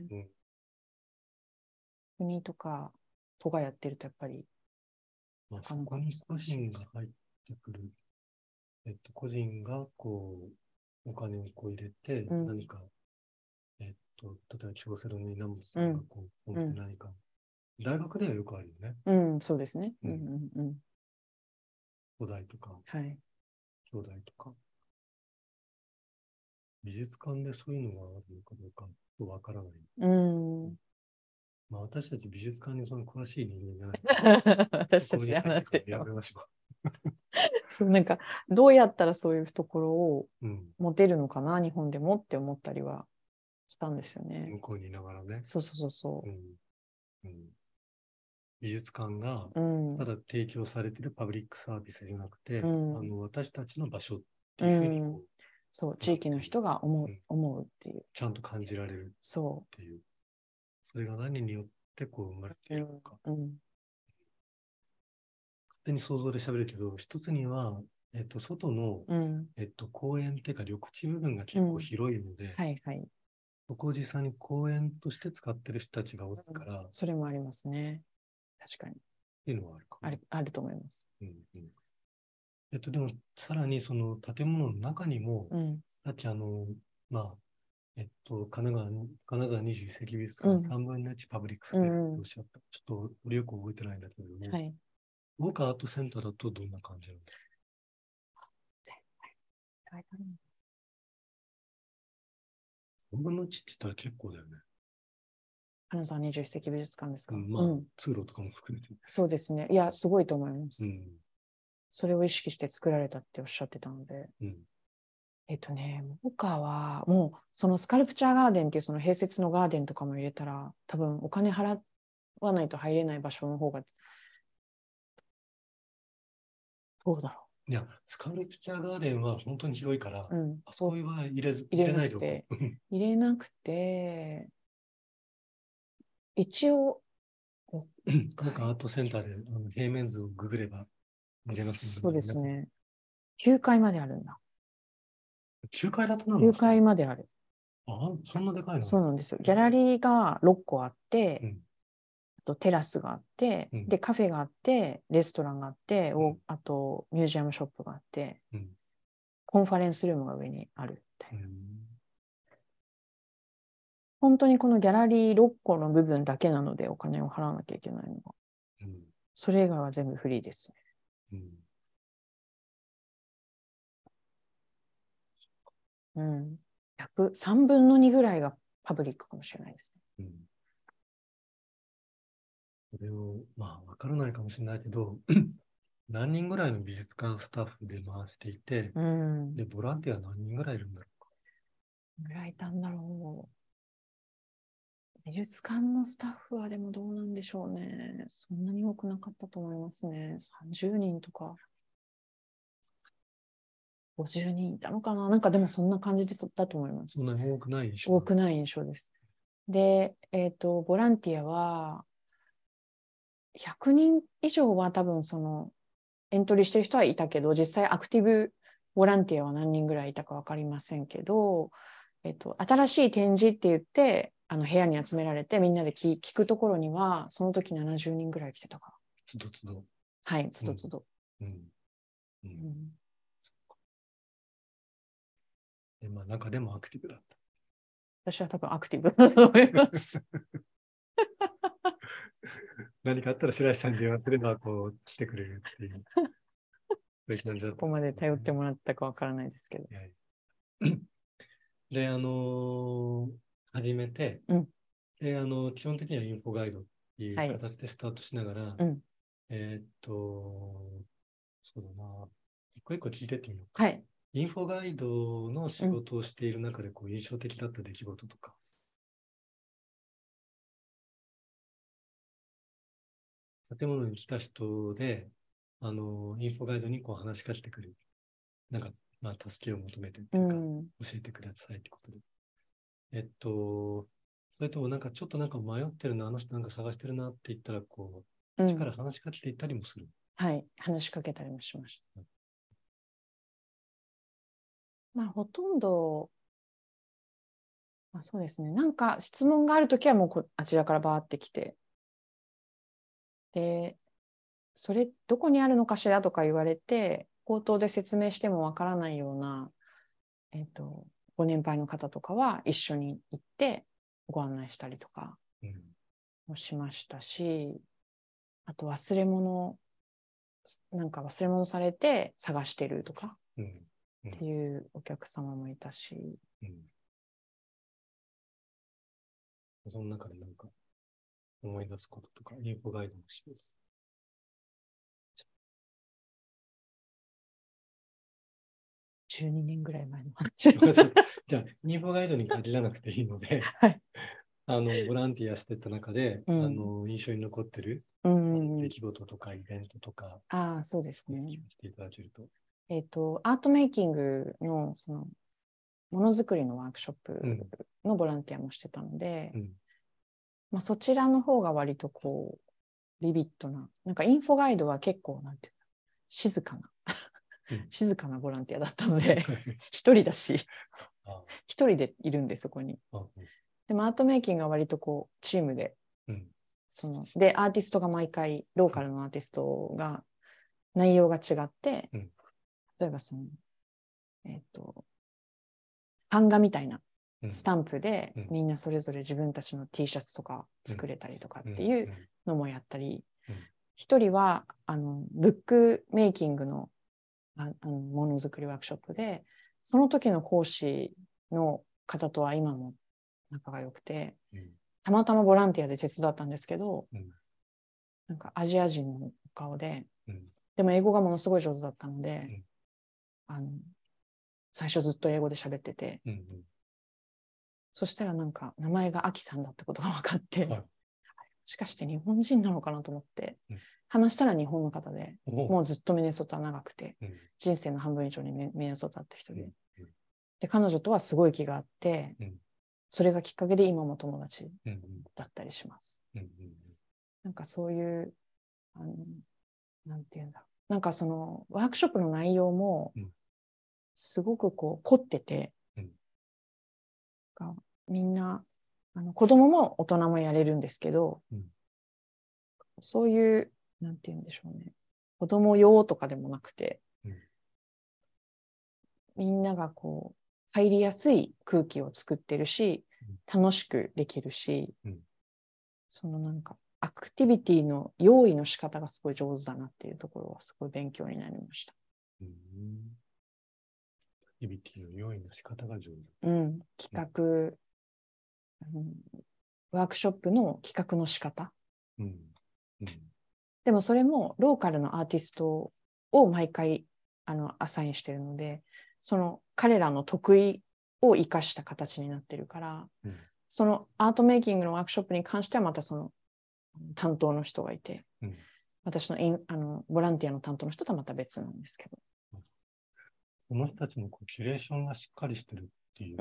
国とか都がやってるとやっぱり、 そこに個人が入ってくる。個人がこう、お金をこう入れて、何か、例えば京セラの稲本さんがこう、本当に何か、大学ではよくあるよね。そうですね。 古代とか、兄弟とか。美術館でそういうのがあるのかどうかわからない。私たち美術館にその詳しい人間じゃない。 私たちやめましょう。なんかどうやったらそういうところを持てるのかな、日本でもって思ったりはしたんですよね。 向こうにいながらね。 そう。 美術館がただ提供されているパブリックサービスじゃなくて、私たちの場所っていうふうにそう、地域の人が思うっていう。 ちゃんと感じられるっていう。それが何によってこう生まれているのか。勝手に想像で喋るけど、一つには、外の、公園っていうか緑地部分が結構広いので、そこを実際に公園として使ってる人たちが多いから、 それもありますね。確かに。 っていうのはあるかも。 あると思います。 でも、さらにその建物の中にも、さっきまあ、金沢21世紀美術館3分の1パブリックスペースとおっしゃった。ちょっと俺よく覚えてないんだけれども、ウォーカーアートセンターだとどんな感じなんですか？3分の1って言ったら結構だよね。 金沢21世紀美術館ですか？ 通路とかも含めて。 そうですね。いや、すごいと思います。それを意識して作られたっておっしゃってたので。ウォーカーはもうそのスカルプチャーガーデンっていうその併設のガーデンとかも入れたら多分お金払わないと入れない場所の方がどうだろう。いや、スカルプチャーガーデンは本当に広いから、あそこは入れないで入れなくて、一応なんかアートセンターで平面図をググれば見れますね。 そうですね。9階まであるんだ。 9階建てなの？ 9 階まである。 あ、そんなでかいの？ そうなんですよ。ギャラリーが6個あって、あとテラスがあって、で、カフェがあって、レストランがあって、あとミュージアムショップがあって、コンファレンスルームが上にあるみたいな。本当にこのギャラリー6個の部分だけなのでお金を払わなきゃいけないのが。それ以外は全部フリーですね。3分の2ぐらいがパブリックかもしれないですね。 それを、わからないかもしれないけど、何人ぐらいの美術館スタッフで回していて、で、ボランティア何人ぐらいいるんだろうか。 ぐらいいたんだろう。美術館のスタッフはでもどうなんでしょうね。そんなに多くなかったと思いますね。30人とか。50人いたのかな。なんかでもそんな感じだと思います。 そんなに多くない印象。 多くない印象です。で、ボランティアは、100人以上は多分そのエントリーしてる人はいたけど、実際アクティブボランティアは何人ぐらいいたか分かりませんけど、新しい展示って言って部屋に集められてみんなで聞くところにはその時70人ぐらい来てたかな。 つどつど。 はい、つどつど。 中でもアクティブだった。 私は多分アクティブだと思います。 何かあったら白石さんに電話すれば来てくれるっていう。 そこまで頼ってもらったかわからないですけど。 で、始めて、で、基本的にはインフォガイドっていう形でスタートしながら、そうだな、一個一個聞いてってみようか。 はい。 インフォガイドの仕事をしている中で印象的だった出来事とか。建物に来た人で、インフォガイドに話しかけてくる。なんか、助けを求めてっていうか、教えてくださいってことで。それともちょっと迷ってるな、あの人なんか探してるなって言ったら、力話しかけていったりもする。 はい、話しかけたりもしました。ほとんど、そうですね。なんか質問があるときはもうあちらからバーって来て、で、それどこにあるのかしらとか言われて、口頭で説明してもわからないような、ご年配の方とかは一緒に行ってご案内したりとかもしましたし、あと忘れ物されて探してるとかっていうお客様もいたし、 その中で思い出すこととか、インフォガイドのしです。 12年ぐらい前の話。 じゃあ、インフォガイドに限らなくていいので、 はい、 ボランティアしてた中で、印象に残ってる出来事とかイベントとか、 そうですね。 していただけると。 アートメイキングのものづくりのワークショップのボランティアもしてたので、そちらの方が割とビビッドな、インフォガイドは結構なんていうの、静かなボランティアだったので一人だし一人でいるんでそこに。でもアートメイキングは割とチームで、でアーティストが毎回ローカルのアーティストが内容が違って、 例えば版画みたいなスタンプでみんなそれぞれ自分たちの T シャツとか作れたりとかっていうのもやったり、一人はブックメイキングのものづくりワークショップで、その時の講師の方とは今も仲が良くて、たまたまボランティアで手伝ったんですけど、なんかアジア人の顔で、でも英語がものすごい上手だったので、最初ずっと英語で喋ってて、そしたらなんか名前がアキさんだってことが分かって、もしかして日本人なのかなと思って、話したら日本の方で、もうずっとミネソタ長くて、人生の半分以上にミネソタって人で、で彼女とはすごい気があって、それがきっかけで今も友達だったりします。なんかそういうなんていうんだろう、なんかそのワークショップの内容もすごくこう凝ってて、みんな子供も大人もやれるんですけど、そういうなんていうんでしょうね、子供用とかでもなくて、みんながこう入りやすい空気を作ってるし、楽しくできるし、そのなんかアクティビティの用意の仕方がすごい上手だなっていうところはすごい勉強になりました。 アクティビティの用意の仕方が上手。 企画、ワークショップの企画の仕方。でもそれもローカルのアーティストを毎回アサインしてるので、その彼らの得意を生かした形になってるから、そのアートメイキングのワークショップに関してはまたその担当の人がいて、私のボランティアの担当の人とはまた別なんですけど。 その人たちのキュレーションがしっかりしてるっていう。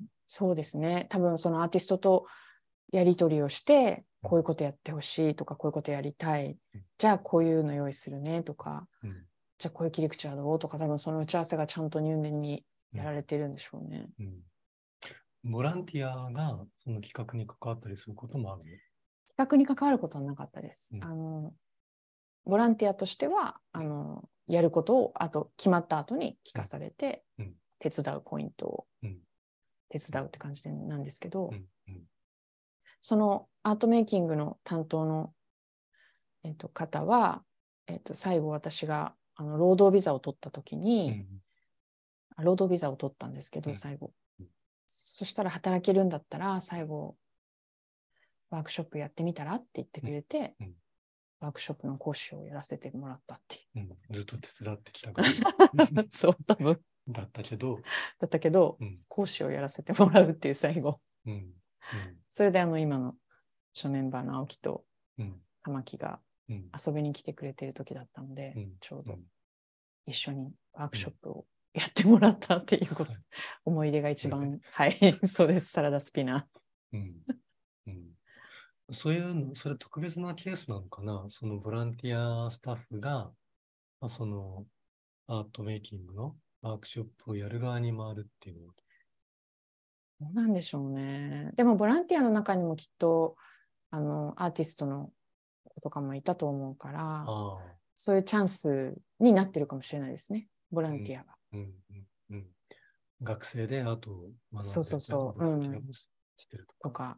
そうですね。多分そのアーティストとやり取りをして、こういうことやってほしいとか、こういうことやりたい。じゃあこういうの用意するねとか、じゃあこういう切り口はどうとか、多分その打ち合わせがちゃんと入念にやられてるんでしょうね。 ボランティアがその企画に関わったりすることもあるの？ 企画に関わることはなかったです。ボランティアとしてはやることをあと決まった後に聞かされて、手伝うポイントを手伝うって感じなんですけど、そのアートメイキングの担当の、方は、最後私が労働ビザを取った時に、労働ビザを取ったんですけど、最後。そしたら働けるんだったら最後ワークショップやってみたらって言ってくれて、ワークショップの講師をやらせてもらったっていう。 ずっと手伝ってきたから。 そう、多分。 だったけど、 講師をやらせてもらうっていう最後。それで今の初メンバーの青木と玉木が遊びに来てくれてる時だったので、ちょうど一緒にワークショップをやってもらったっていうこと、思い出が一番、そうです、サラダスピナー。 そういうの、それ特別なケースなのかな、そのボランティアスタッフが、そのアートメイキングのワークショップをやる側に回るっていうのは。 どうなんでしょうね。でもボランティアの中にもきっとアーティストの子とかもいたと思うから、そういうチャンスになってるかもしれないですね、ボランティアが。 学生でアートを学んでそうしてるとか。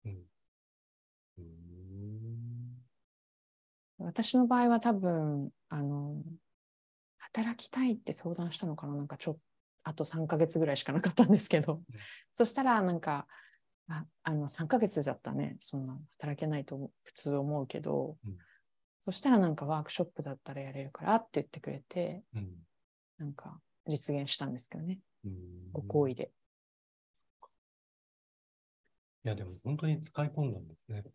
私の場合は多分働きたいって相談したのかな、なんかあと3ヶ月ぐらいしかなかったんですけど、そしたらなんか3ヶ月だったね、そんな働けないと普通思うけど、そしたらなんかワークショップだったらやれるからって言ってくれて、なんか実現したんですけどね、ご好意で。 いやでも本当に使い込んだんですね。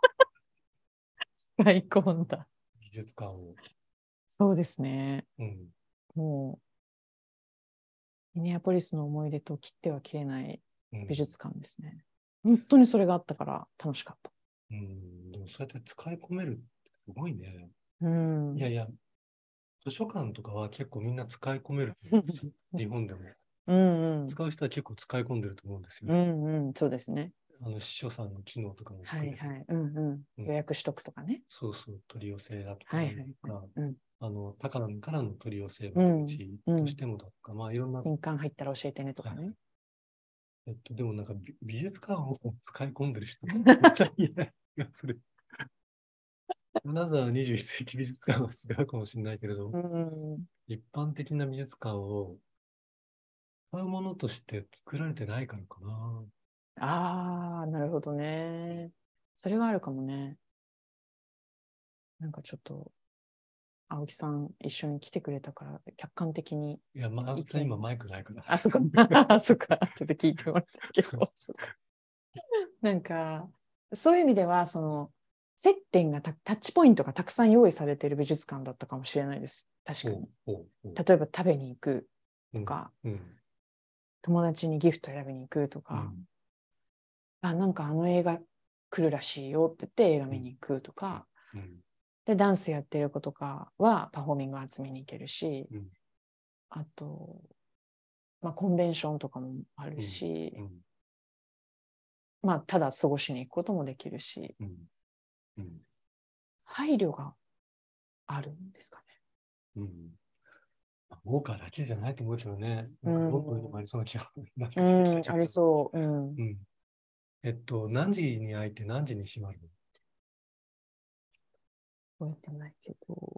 使い込んだ。 美術館を。 そうですね。もうミネアポリスの思い出と切っては切れない美術館ですね。本当にそれがあったから楽しかった。 でもそうやって使い込めるってすごいね。いやいや、図書館とかは結構みんな使い込めると思うんですよ。日本でも。使う人は結構使い込んでると思うんですよ。 そうですね。 司書さんの機能とかもはいはい。うんうん。予約しとくとかね。 そうそう、取り寄せだとか、 はいはいはい。 高波からの取り寄せ口うん。 としてもだとか、まあいろんな。 印鑑入ったら教えてねとかね。 でもなんか美術館を使い込んでる人絶対いない気がする。金沢21世紀美術館は違うかもしれないけれど、一般的な美術館を使うものとして作られてないからかな。 ああ、なるほどね。それはあるかもね。なんかちょっと、青木さん一緒に来てくれたから、客観的に。 いや、青木さん今マイクないから。 あ、そっか。そっか。ちょっと聞いてもらったけど。なんか、そういう意味では、接点がタッチポイントがたくさん用意されている美術館だったかもしれないです。確かに。例えば食べに行くとか、友達にギフト選びに行くとか、なんか映画来るらしいよって言って映画見に行くとか、で、ダンスやってる子とかはパフォーミング集めに行けるし、あと、まあ、コンベンションとかもあるし、まあ、ただ過ごしに行くこともできるし、配慮があるんですかね。 ウォーカーだけじゃないと思うけどね。なんかロンドンにもありそうな気が。 ありそう。 何時に開いて何時に閉まるの？覚えてないけど。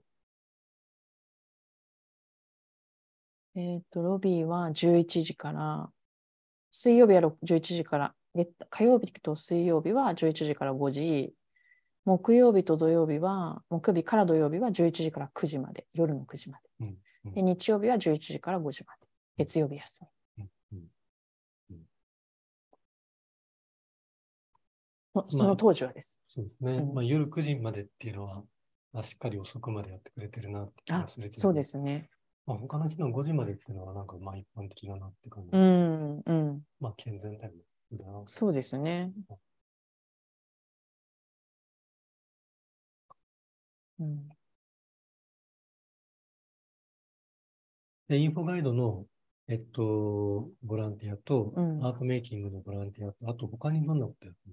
ロビーは11時から、水曜日は11時から、火曜日と水曜日は11時から5時、木曜日と土曜日は、木曜日から土曜日は11時から9時まで、夜の9時まで。で、日曜日は11時から5時まで。月曜日休み。その当時はです。 そうですね。まあ、夜9時までっていうのは、しっかり遅くまでやってくれてるなって気がするけど。 そうですね。 まあ、他の日の5時までっていうのは、なんかまあ一般的だなって感じです。まあ健全だよね。 そうですね。 で、インフォガイドの、ボランティアと、アートメイキングのボランティアと、あと他にどんなことやってる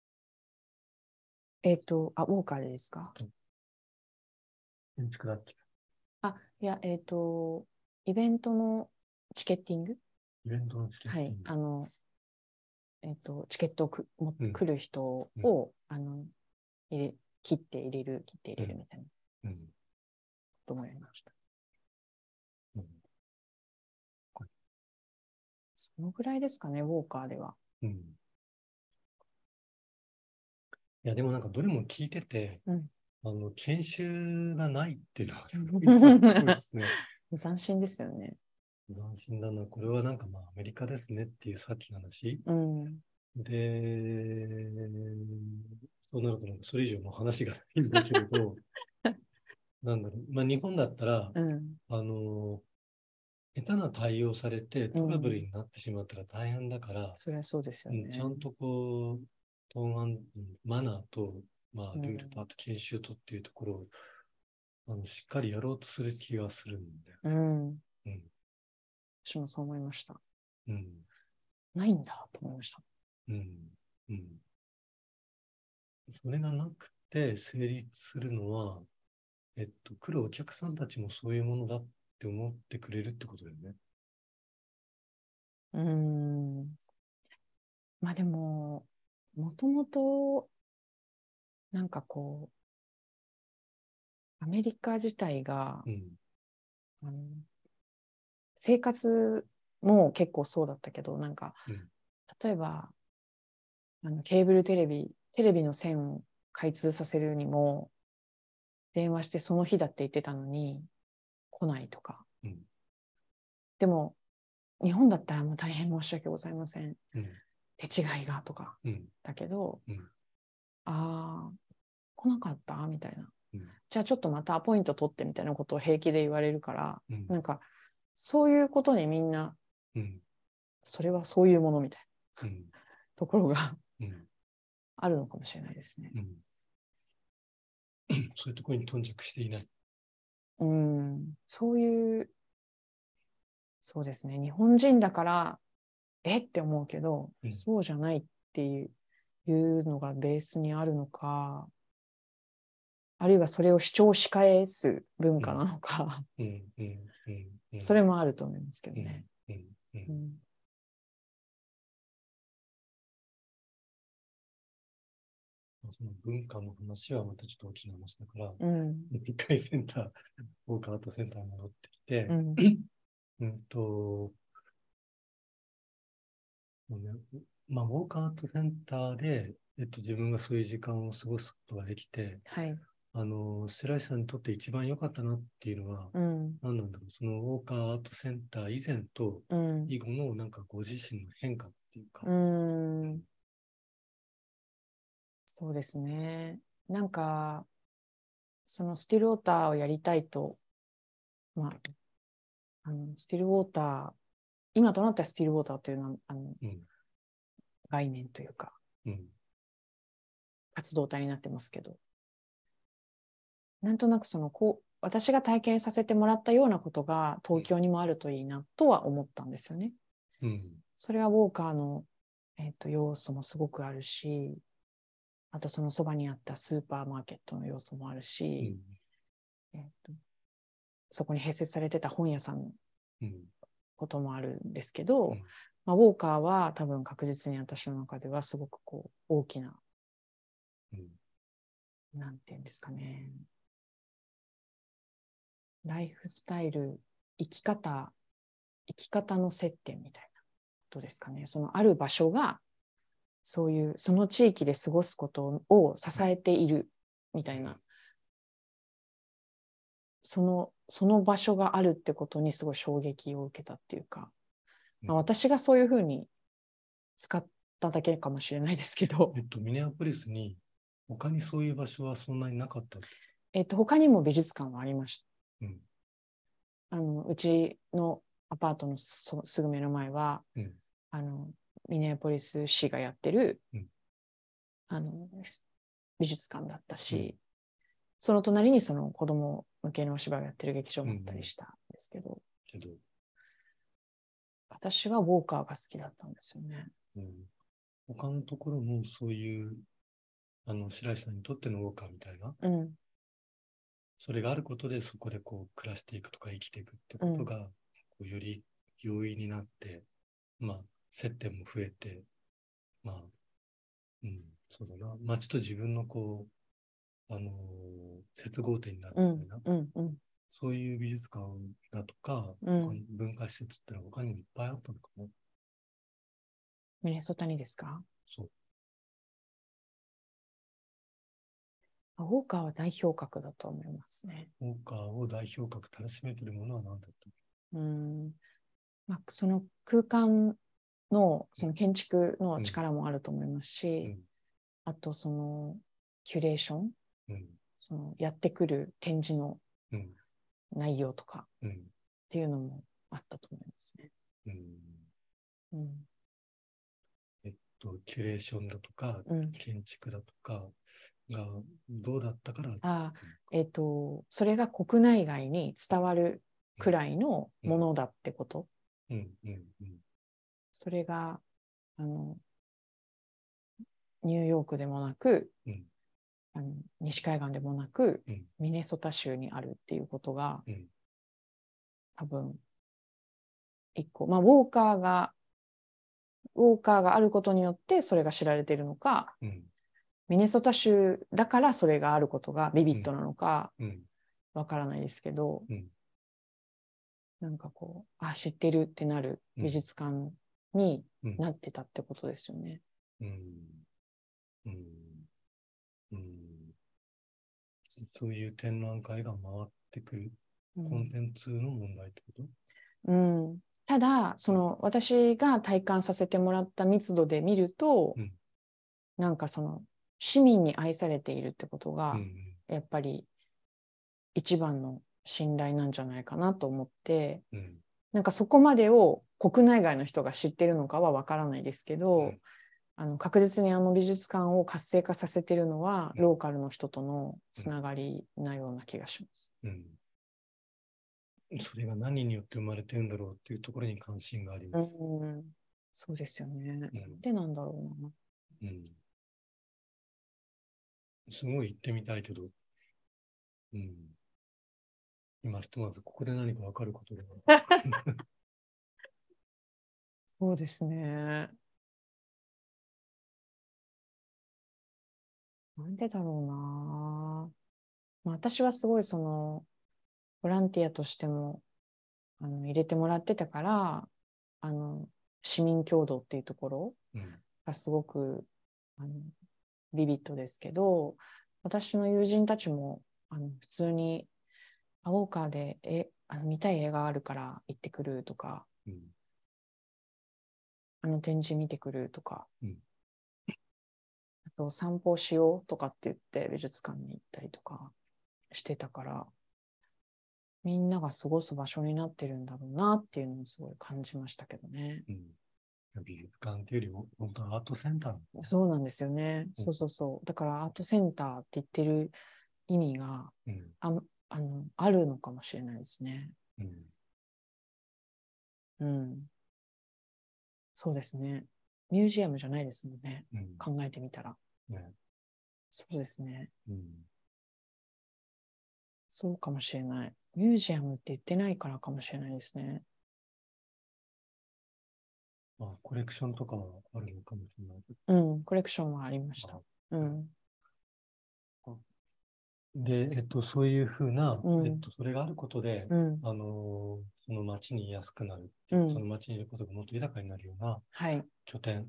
の？ウォーカーでですか？ 建築だっけ？ いや、イベントのチケッティング。 イベントのチケッティング。 はい。チケットを来る人を、切って入れるみたいなこともやりました。そのぐらいですかね、ウォーカーでは。 いや、でもなんかどれも聞いてて、研修がないっていうのはすごいですね。 斬新ですよね。 斬新だな。これはなんかまあアメリカですねっていうさっきの話。で、そうなるとなんかそれ以上の話がないんだけれど、なんだろう。まあ日本だったら、下手な対応されてトラブルになってしまったら大変だから、 それはそうですよね。 ちゃんとこう、マナーと、まあ、ルールと、あと研修とっていうところを、しっかりやろうとする気がするんだよ。 私もそう思いました。ないんだと思いました。 それがなくて成立するのは、来るお客さんたちもそういうものだって思ってくれるってことだよね。 まあでも、もともと、なんかこう、アメリカ自体が、生活も結構そうだったけど、なんか、例えば、ケーブルテレビの線を開通させるにも、電話してその日だって言ってたのに、来ないとか。でも、日本だったらもう大変申し訳ございません。手違いがとか。だけど、来なかったみたいな。じゃあちょっとまたアポイント取ってみたいなことを平気で言われるから、なんか、そういうことにみんな、それはそういうものみたいな、ところが、あるのかもしれないですね。 そういうところに頓着していない。 そういう、そうですね。日本人だから、って思うけど、そうじゃないっていう。 いうのがベースにあるのか、あるいはそれを主張し返す文化なのか、それもあると思いますけどね。 その文化の話はまたちょっと大きな話だから、一回センター、ウォーカーアートセンターに戻ってきて、まあ、ウォーカーアートセンターで、自分がそういう時間を過ごすことができて、 はい、 白石さんにとって一番良かったなっていうのは、何なんだろう、そのウォーカーアートセンター以前と以後のなんかご自身の変化っていうか。 そうですね。なんか、そのスティルウォーターをやりたいと、まあ、スティルウォーター、今となったスティルウォーターというのは、概念というか、活動体になってますけど、なんとなく私が体験させてもらったようなことが東京にもあるといいなとは思ったんですよね。それはウォーカーの、要素もすごくあるし、あとそのそばにあったスーパーマーケットの要素もあるし、そこに併設されてた本屋さんのこともあるんですけど、ウォーカーは多分確実に私の中ではすごくこう大きな、なんていうんですかね、ライフスタイル、生き方の接点みたいなことですかね。そのある場所がそういうその地域で過ごすことを支えているみたいな、その場所があるってことにすごい衝撃を受けたっていうか、私がそういうふうに使っただけかもしれないですけど。 ミネアポリスに他にそういう場所はそんなになかった？ 他にも美術館はありました。うちのアパートのすぐ目の前は、ミネアポリス市がやってる、美術館だったし、その隣にその子供向けのお芝居をやってる劇場もあったりしたんですけど、私はウォーカーが好きだったんですよね。 他のところもそういう白石さんにとってのウォーカーみたいな、それがあることでそこでこう暮らしていくとか生きていくってことが、こうより容易になって、まあ接点も増えて、まあ、そうだな、街と自分のこう、接合点になるみたいな、そういう美術館だとか、文化施設ってのは他にもいっぱいあったのかな。 ミネソタにですか？ そう。 ウォーカーは代表格だと思いますね。 ウォーカーを代表格たらしめているものは何だったの？その空間のその建築の力もあると思いますし、あとそのキュレーション、そのやってくる展示の内容とかっていうのもあったと思いますね。 キュレーションだとか、建築だとかがどうだったから。 それが国内外に伝わるくらいのものだってこと。それがニューヨークでもなく、西海岸でもなく、ミネソタ州にあるっていうことが、多分一個、ウォーカーがあることによってそれが知られているのか、ミネソタ州だからそれがあることがビビッドなのかわからないですけど、なんかこう知ってるってなる美術館になってたってことですよね。 そういう展覧会が回ってくるコンテンツの問題ってこと？ ただ私が体感させてもらった密度で見ると、なんかその市民に愛されているってことが、やっぱり一番の信頼なんじゃないかなと思って、なんかそこまでを国内外の人が知ってるのかはわからないですけど、確実に美術館を活性化させているのは、ローカルの人とのつながりなような気がします。 それが何によって生まれてるんだろうっていうところに関心があります。 そうですよね。でなんだろうな。 すごい行ってみたいけど、うん。今ひとまずここで何かわかることが。 そうですね。なんでだろうな。まあ、私はすごいその、ボランティアとしても入れてもらってたから、市民共同っていうところがすごくビビッドですけど、私の友人たちも普通にウォーカーで見たい映画あるから行ってくるとか、展示見てくるとか、あと散歩しようとかって言って美術館に行ったりとかしてたから、みんなが過ごす場所になってるんだろうなっていうのをすごい感じましたけどね。 美術館っていうより、本当アートセンター、 そうなんですよね。そうそうそう。だからアートセンターって言ってる意味が、あるのかもしれないですね。そうですね。ミュージアムじゃないですもんね。考えてみたら。そうですね。そうかもしれない。ミュージアムって言ってないからかもしれないですね。 コレクションとかはあるのかもしれない。 コレクションはありました。 で、そういうふうな、それがあることで、その町に居やすくなる、その町にいることがもっと豊かになるような拠点、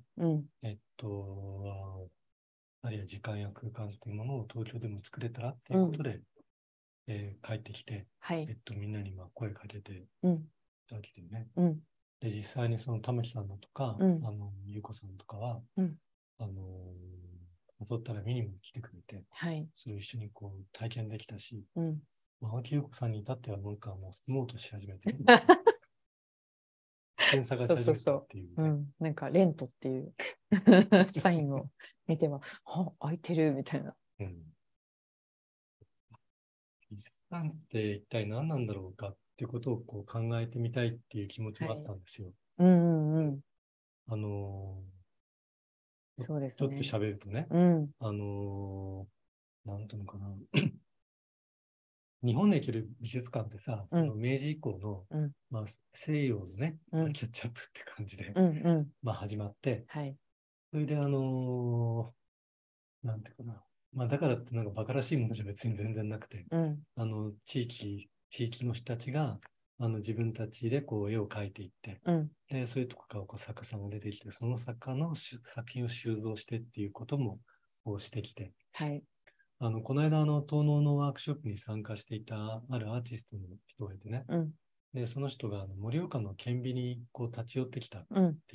あるいは時間や空間というものを東京でも作れたらっていうことで、帰ってきて、みんなに声かけていたわけでね。で、実際にその玉木さんだとか、優子さんとかは、戻ったら見にも来てくれて、それを一緒に体験できたし、青木優子さんに至ってはなんかもう住もうとし始めて、検査が始めたっていう。 なんかレントっていうサインを見ては、開いてるみたいな。 美術館って一体何なんだろうかっていうことを考えてみたいっていう気持ちもあったんですよ。 そうですね。ちょっと喋るとね、なんていうのかな。日本で行ける美術館ってさ、明治以降の、西洋のね、キャッチアップって感じで、始まって、それでなんていうかな、だからってなんか馬鹿らしいものじゃ別に全然なくて、地域の人たちが自分たちで絵を描いていって、でそういうとこから作家さんが出てきて、その作家の作品を収蔵してっていうこともしてきて、この間東農のワークショップに参加していたあるアーティストの人がいてね、でその人が盛岡の顕微に立ち寄ってきたって言って、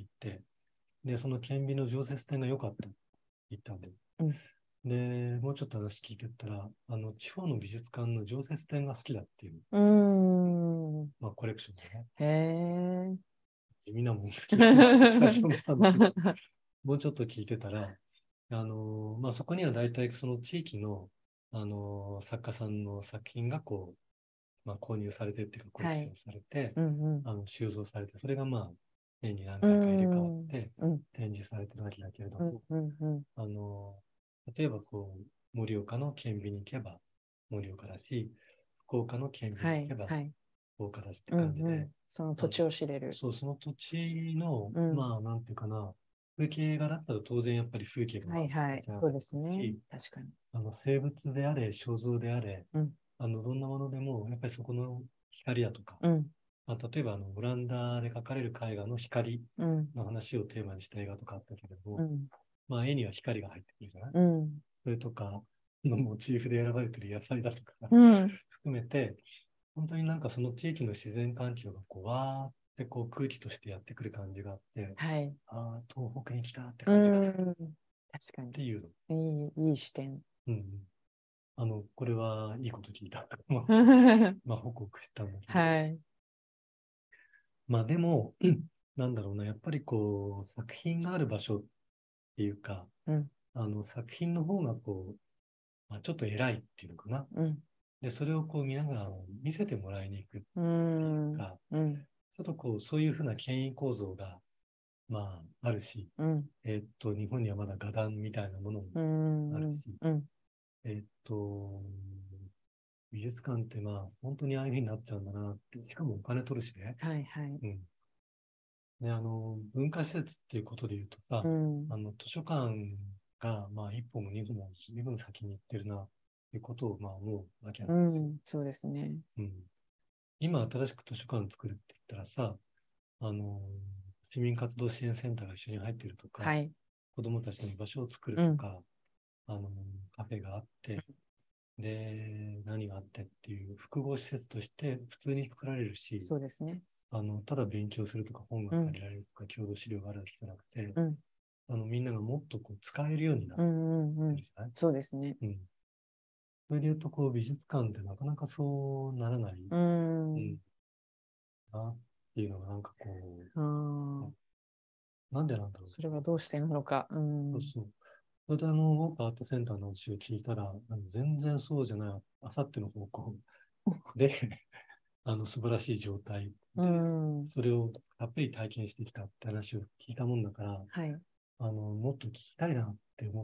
でその顕微の常設展が良かったって言ったんで、でもうちょっと話聞いてったら、地方の美術館の常設展が好きだっていう、コレクションでね。 へー。 地味なもん好きだ最初思ったんだけど、もうちょっと聞いてたら、そこには大体その地域の、作家さんの作品が購入されてっていうか、コレクションされて、収蔵されて、それが年に何回か入れ替わって展示されてるわけだけれども、例えば盛岡の顕微に行けば盛岡だし、福岡の顕微に行けば福岡だしって感じで、 その土地を知れる。 そう、その土地の、なんていうかな、風景画だったら当然やっぱり風景がそうですね。確かに。 生物であれ、肖像であれ、どんなものでも、やっぱりそこの光だとか、例えばオランダで描かれる絵画の光の話をテーマにした映画とかあったけれども、絵には光が入ってくるじゃない、それとか、モチーフで選ばれてる野菜だとか、含めて、本当になんかその地域の自然環境がわーって空気としてやってくる感じがあって、ああ、東北に来たって感じがする。 確かに。 っていうの。 いい視点。 これはいいこと聞いた。報告したんだけど。でも、なんだろうな、やっぱり作品がある場所っていうか、作品の方がちょっと偉いっていうのかな。で、それを見ながら見せてもらいに行くっていうか、ちょっとそういうふうな権威構造が、あるし、日本にはまだ画壇みたいなものもあるし、 えっと、美術館ってまあ、本当にああいうふうになっちゃうんだなって、しかもお金取るしね。 はいはい。 うん。で、文化施設っていうことで言うとさ、 うん。 図書館が、まあ、一歩も二歩も随分先に行ってるな、っていうことを、まあ、思うわけなんですよ。 うん。そうですね。 うん。今、新しく図書館作るって言ったらさ、あの、市民活動支援センターが一緒に入ってるとか、 はい。 子供たちの居場所を作るうん。 とか、あの、カフェがあって、で、何があってっていう複合施設として普通に作られるし、 そうですね。 ただ勉強するとか本がうん。 借りられるとか郷土資料があるだけじゃなくて、 うん。 みんながもっとこう使えるようになっうんうんうん。 てるじゃない？ そうですね。 うん。それで言うと、こう、美術館ってなかなかそうならない、 うん。 うん、なっていうのがなんかこああ、 う、なんでなんだろう。 それはどうしてなのか。うん。 そうそう。それで僕アートセンターの話を聞いたら、全然そうじゃない、あさっての方向で、素晴らしい状態うで、 ん。 それをたっぷり体験してきたって話を聞いたもんだから、 はい。 もっと聞きたいなって思って、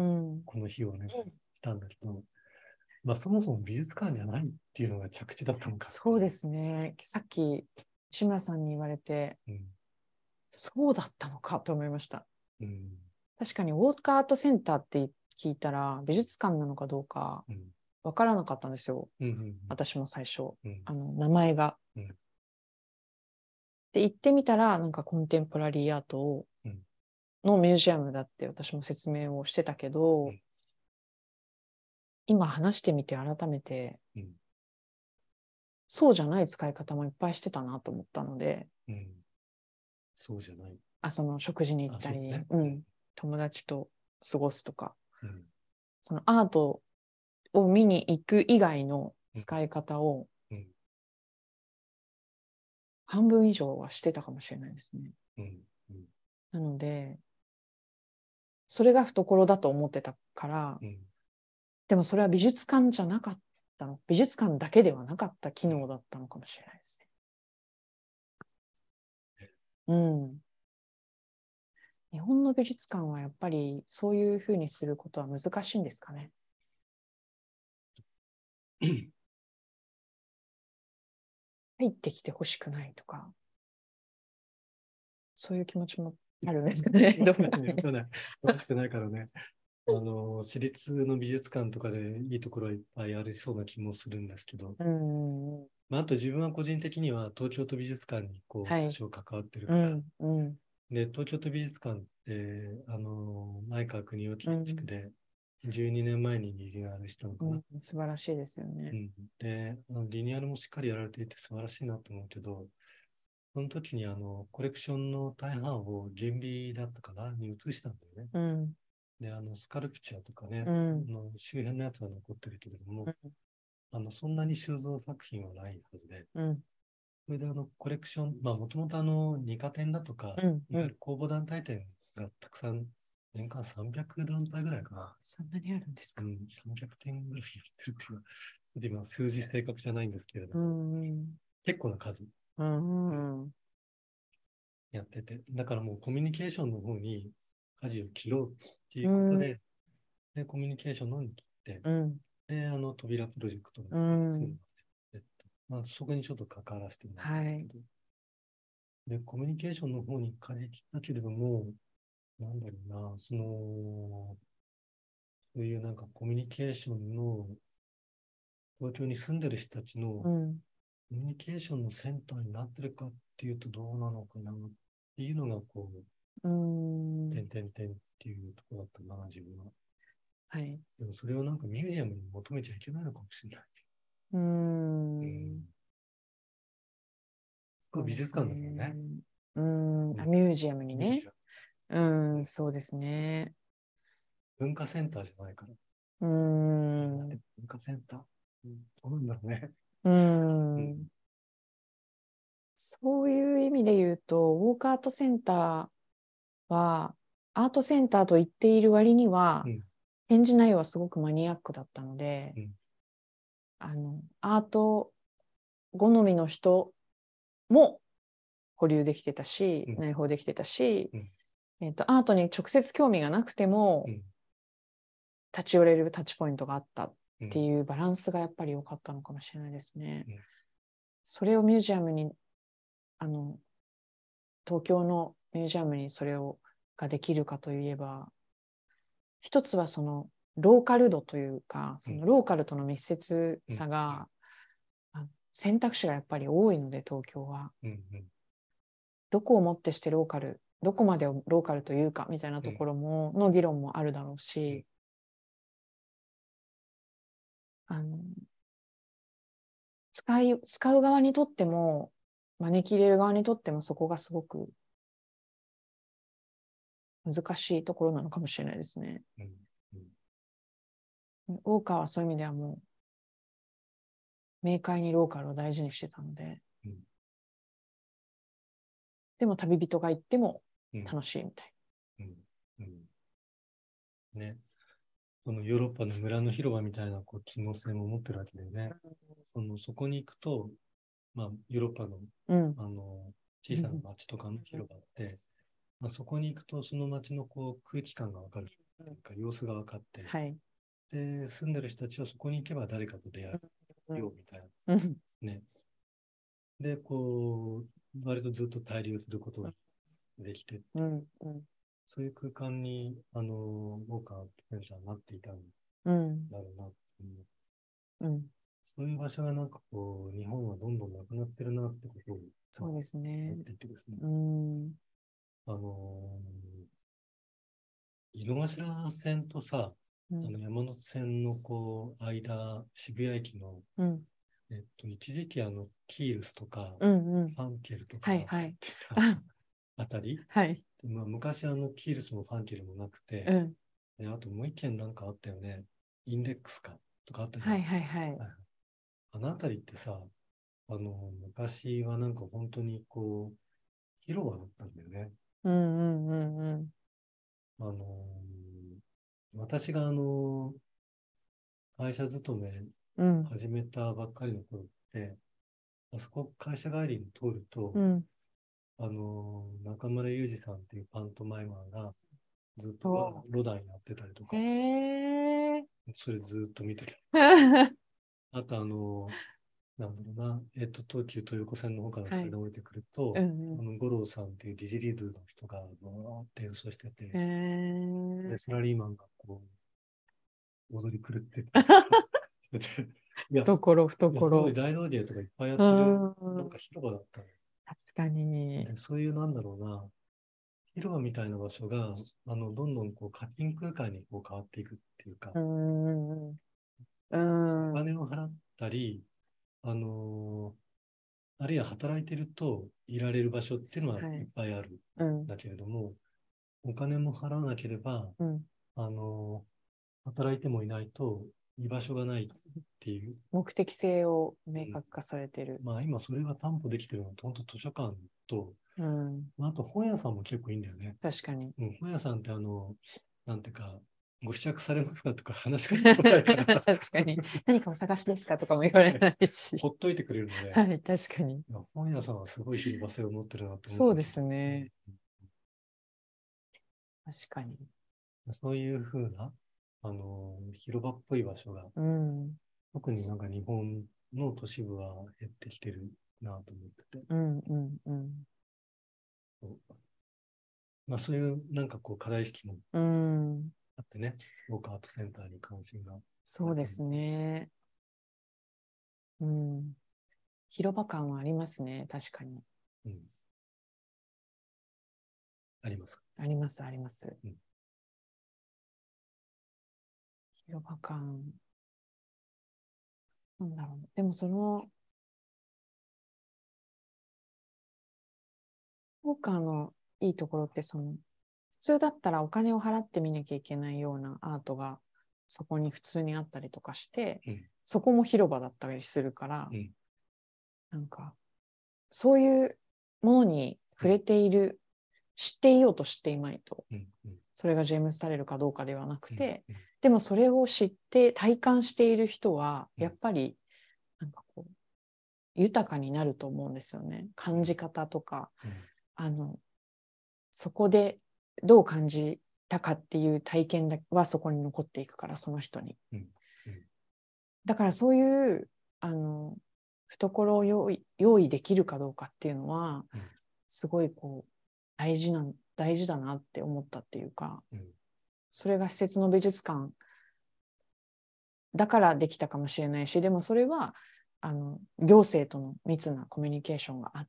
うん。 この日をね、したんだけど、まあ、そもそも美術館じゃないっていうのが着地だったのかっていう。 そうですね。さっき志村さんに言われて、 うん。 そうだったのかと思いました。 うん。 確かにウォーカーアートセンターって聞いたら美術館なのかどうかうん。 わからなかったんですよ。 うん。うん。 私も最初。 うん。 名前が。 うん。 で、行ってみたら、なんかコンテンポラリーアートうん。 のミュージアムだって私も説明をしてたけど、今話してみて改めて、 うん。 そうじゃない使い方もいっぱいしてたなと思ったので、 うん。そうじゃない。 その食事に行あ、 ったり、 そうね。 うん、友達と過ごすとか、 うん。 そのアートを見に行く以外のうん。 使い方をうん。 半分以上はしてたかもしれないですね。 うん。うん。 なので、それが懐だと思ってたから、 うん。 でもそれは美術館じゃなかったの。美術館だけではなかった機能だったのかもしれないですね。うん。日本の美術館はやっぱりそういうふうにすることは難しいんですかね。入ってきてほしくないとか、そういう気持ちもあるんですかね。どうかね。 詳しくないからね。私立の美術館とかでいいところはいっぱいありそうな気もするんですけど、 うん。 まあ、あと自分は個人的には東京都美術館にこはい。 う多少関わってるから、 うん。うん。 で、東京都美術館って、前川国夫建築うん。 で12年前にリニューアルしたのかな。 うん。素晴らしいですよね。 うん、で、リニューアルもしっかりやられていて素晴らしいなと思うけど、その時にコレクションの大半を原美だったかなに移したんだよね。 うん。 で、スカルプチャーとかね、 うん。 周辺のやつは残ってるけれども、 うん。 そんなに収蔵作品はないはずで、 うん。 それでコレクション、まあもともと二課展だとか、 うん。 いわゆる公募団体展がたくさん、年間300団体ぐらいかな。 そんなにあるんですか。 うん、300点ぐらいやってるっていうのは、ちょっと今数字正確じゃないんですけれどうも、 ん。 結構な数うん。うん。 やってて、だからもうコミュニケーションの方に舵を切ろうっていうことうん。 で、で、コミュニケーションの方に切って、 うん。 で、扉プロジェクトのう方に、そういうのん。 があって、まあ、そこにちょっと関わらせてもらったはい。 んだけど、で、コミュニケーションの方に舵切ったけれども、なんだろうな、そういうなんかコミュニケーションの、東京に住んでる人たちのうん。 コミュニケーションのセンターになってるかっていうとどうなのかなっていうのが、こうう、 ん。 点々点っていうところだったな、自分は。 はい。 でもそれをなんかミュージアムに求めちゃいけないのかもしれない。 ううん。 ん。これ美術そうです館だからね。 ね。 うん。 うん。 ミュージアムにね。 ミュージアム。 うん。そうですね。 文化センターじゃないから。 うん。 文化センター。うん、どうなんだろうね。 ううん。 ん。そういう意味で言うと、ウォークアートセンターは、アートセンターと言っている割には、 うん。 展示内容はすごくマニアックだったので、 うん。 アート好みの人も保留できてたし、 うん。 内包できてたし、 うん。 アートに直接興味がなくても、 うん。 立ち寄れるタッチポイントがあったっていうバランスがやっぱり良かったのかもしれないですね。それをミュージアムに東京のミュージアムにそれができるかといえば、一つはそのローカル度というか、そのローカルとの密接さが、選択肢がやっぱり多いので、東京は。どこをもってしてローカル、どこまでをローカルというかみたいなところの議論もあるだろうし、使う側にとっても、招き入れる側にとってもそこがすごく難しいところなのかもしれないですね。ウォーカーはそういう意味ではもう明快にローカルを大事にしてたので、でも旅人が行っても楽しいみたいな。ね。そのヨーロッパの村の広場みたいな機能性も持ってるわけでね。そこに行くと、ヨーロッパの、小さな町とかの広場って、そこに行くとその町の空気感が分かるというか、様子が分かって、で、住んでる人たちはそこに行けば誰かと出会うよみたいな。ね。で、割とずっと滞留することができて、そういう空間に、ウォーカーセンターになっていたんだろうなって思う。そういう場所が日本はどんどんなくなってるなってことを、 そうですね。 思っていてですね。井の頭線とさ、山手線の間、渋谷駅の、一時期キールスとか、ファンケルとか、あたり、昔キールスもファンケルもなくて、あともう一件なんかあったよね。インデックスかとかあったじゃん。あのあたりってさ、昔はなんか本当に広場だったんだよね。私が会社勤め始めたばっかりの頃って、あそこ会社帰りに通ると、中村雄二さんっていうパントマイマーがずっとロダンやってたりとか、それずっと見てる。あとなんだろうな、東急東横線の方から階段降りてくると、五郎さんっていうディジリドゥの人がバーって演奏してて、でサラリーマンが踊り狂ってて、 懐。 すごい大道芸とかいっぱいやってる、なんか広場だったの。 確かに。 でそういうなんだろうな、広場みたいな場所が、どんどん課金空間に変わっていくっていうか、お金を払ったり、あるいは働いてるといられる場所っていうのはいっぱいあるんだけれども、お金も払わなければ、働いてもいないと居場所がないっていう。 目的性を明確化されてる。 今それが担保できてるのは、本当図書館と、あと本屋さんも結構いいんだよね。 確かに。 本屋さんってなんていうか、ご試着されますかとか話しかけてこないから。 確かに。何かお探しですかとかも言われないし。 ほっといてくれるので。 はい、確かに。 本屋さんはすごい広場性を持ってるなと思う。 そうですね。確かに。 そういうふうな、広場っぽい場所が、特になんか日本の都市部は減ってきてるなと思ってて。そういうなんか課題意識もあってね、ウォークアートセンターに関心が。 そうですね。広場感はありますね、確かに。 ありますか？ あります、あります。広場感。なんだろう。でもウォーカーのいいところって普通だったらお金を払って見なきゃいけないようなアートがそこに普通にあったりとかして、そこも広場だったりするから、なんかそういうものに触れている、知っていようと知っていまいと、それがジェームズ・タレルかどうかではなくて、でもそれを知って体感している人はやっぱりなんか豊かになると思うんですよね。感じ方とか、そこでどう感じたかっていう体験はそこに残っていくから、その人に。だからそういう懐を用意できるかどうかっていうのは、すごいこう大事だなって思ったっていうか、それが施設の美術館だからできたかもしれないし、でもそれは行政との密なコミュニケーションがあって、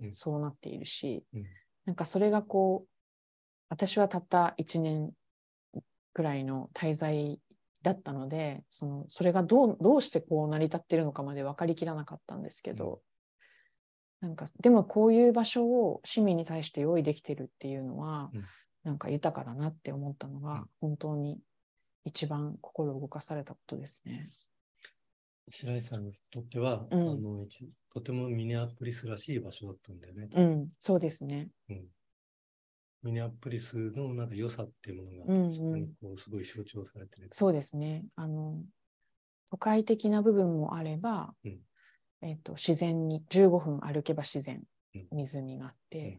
そうなっているし、なんかそれがこう、私はたった1年くらいの滞在だったので、それがどうしてこう成り立っているのかまで分かりきらなかったんですけど、なんかでもこういう場所を市民に対して用意できてるっていうのは、なんか豊かだなって思ったのが、本当に一番心を動かされたことですね。 白石さんにとっては、とてもミネアポリスらしい場所だったんだよね。 そうですね。 ミネアポリスのなんか良さっていうものが、そこにこうすごい象徴されてる。 そうですね。都会的な部分もあれば、自然に15分歩けば自然、湖があって、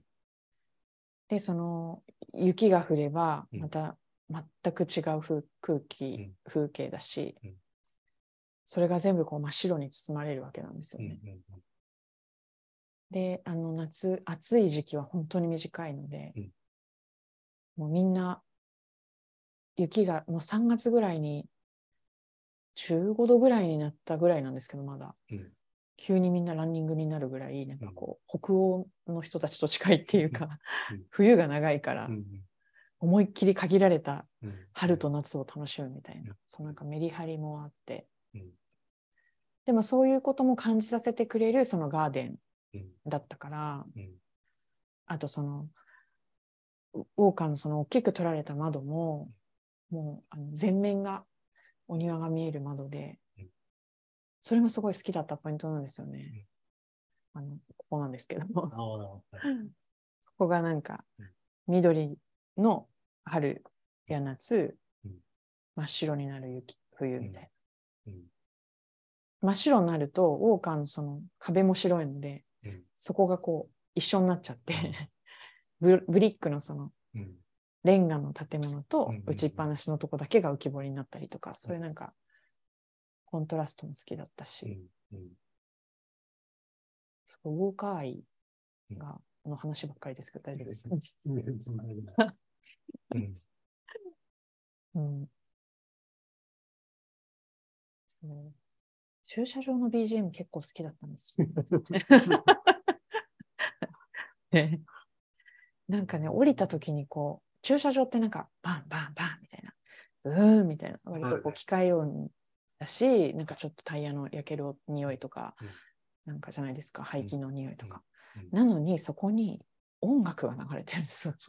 で雪が降ればまた全く違う風景だし、それが全部こう真っ白に包まれるわけなんですよね。で夏暑い時期は本当に短いので、もうみんな雪がもう3月ぐらいに15度ぐらいになったぐらいなんですけど、まだ、急にみんなランニングになるぐらい、なんかこう北欧の人たちと近いっていうか、冬が長いから、思いっきり限られた春と夏を楽しむみたいな、なんかメリハリもあって、でもそういうことも感じさせてくれるそのガーデンだったから、あとオーカーのその大きく取られた窓も、もう全面がお庭が見える窓で、それもすごい好きだったポイントなんですよね。ここなんですけどもここがなんか緑の春や夏、真っ白になる冬みたいな。真っ白になるとウォーカーのその壁も白いので、そこがこう一緒になっちゃってブリックのそのレンガの建物と打ちっぱなしのとこだけが浮き彫りになったりとか、そういうなんかコントラストも好きだったし、ウォーカー愛の話ばっかりですけど大丈夫ですか？駐車場の BGM 結構好きだったんですよ。ね、なんかね、降りた時にこう、駐車場ってなんかバンバンバンみたいな、みたいな、割とこう機械音だし、なんかちょっとタイヤの焼ける匂いとか、なんかじゃないですか、排気の匂いとか。なのにそこに音楽が流れてるんですよ。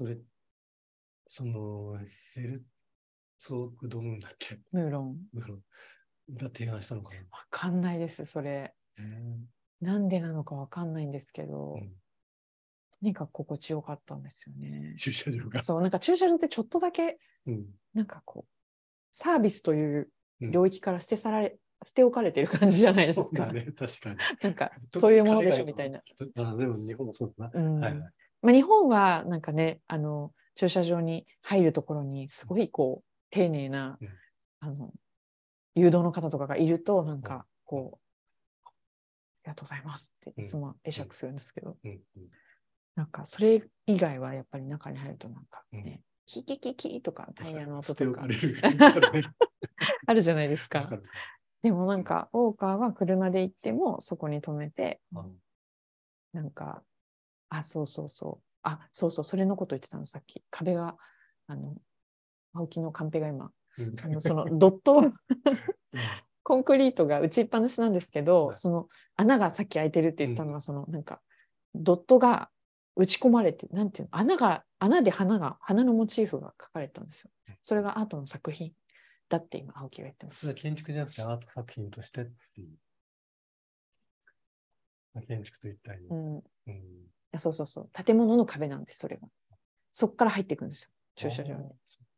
ヘルツォークドムーンだっけ？ ムーロンが提案したのかな？ わかんないです、それ。なんでなのかわかんないんですけど、とにかく心地よかったんですよね。 駐車場が。 そう、なんか駐車場ってちょっとだけ、なんかこう、サービスという領域から捨て置かれてる感じじゃないですか。 そうだね、確かに。 なんか、そういうものでしょみたいな。 でも日本もそうだな。 まあ、日本はなんかね、駐車場に入るところにすごいこう丁寧な、誘導の方とかがいると、なんかこう、ありがとうございますっていつも会釈するんですけど、なんかそれ以外はやっぱり中に入るとなんかね、キキキキとかタイヤの音とかあるじゃないですか。でもなんかウォーカーは車で行ってもそこに止めて、なんかそうそう、それのこと言ってたの、さっき。壁が、青木のカンペが今、そのドット、コンクリートが打ちっぱなしなんですけど、その穴がさっき開いてるって言ったのは、そのなんか、ドットが打ち込まれて、なんていうの、穴で花のモチーフが描かれたんですよ。それがアートの作品だって今、青木が言ってます。 それは建築じゃなくてアート作品としてっていう。建築と一体に。 そうそうそう。建物の壁なんです、それが。そこから入っていくんですよ、駐車場に。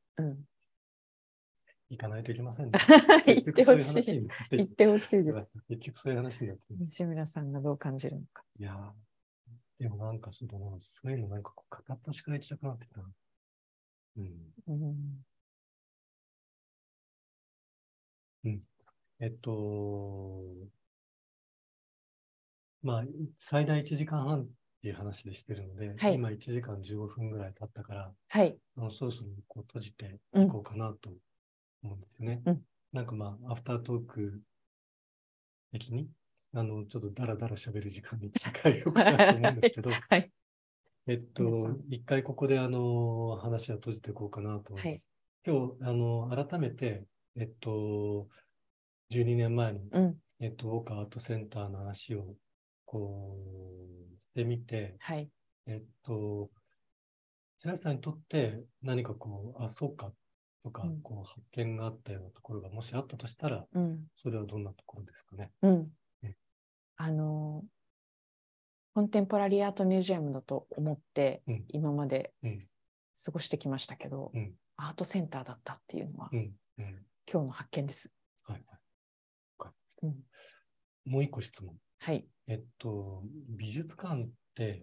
行かないといけませんね。 行ってほしい。行ってほしいです。 結局そういう話になって。 西村さんがどう感じるのか。 いやでもなんかそういうのなんかこう片っ端から行きたくなってきた。 まあ、最大1時間半っていう話でしてるので、今1時間15分ぐらい経ったから、そろそろこう閉じていこうかなと思うんですよね。なんかまあ、アフタートーク的に、ちょっとダラダラ喋る時間に近いようかなと思うんですけど、一回ここで話は閉じていこうかなと思います。今日、改めて、12年前に、ウォーカーアートセンターの話を、こう、してみて、白石さんにとって何かこう、あ、そうかとか、こう、発見があったようなところがもしあったとしたら、それはどんなところですかね。 コンテンポラリーアートミュージアムだと思って今まで過ごしてきましたけど、アートセンターだったっていうのは、今日の発見です。 もう一個質問。 はい。 美術館って、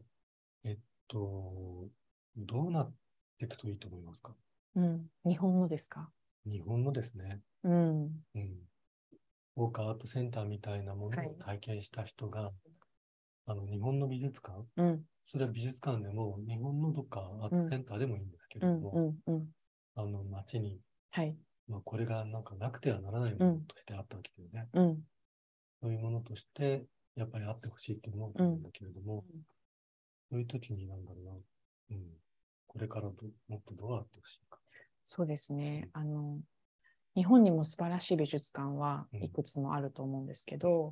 どうなっていくといいと思いますか？ 日本のですか？ 日本のですね。ウォーカーアートセンターみたいなものを体験した人が、日本の美術館、それは美術館でも日本のどっかアートセンターでもいいんですけれども、街に、まあ、これがなんかなくてはならないものとしてあったわけですね。そういうものとしてやっぱりあってほしいと思うんだけれども、そういう時になんだろうな、これからもっとどうあってほしいか。 そうですね。日本にも素晴らしい美術館はいくつもあると思うんですけど、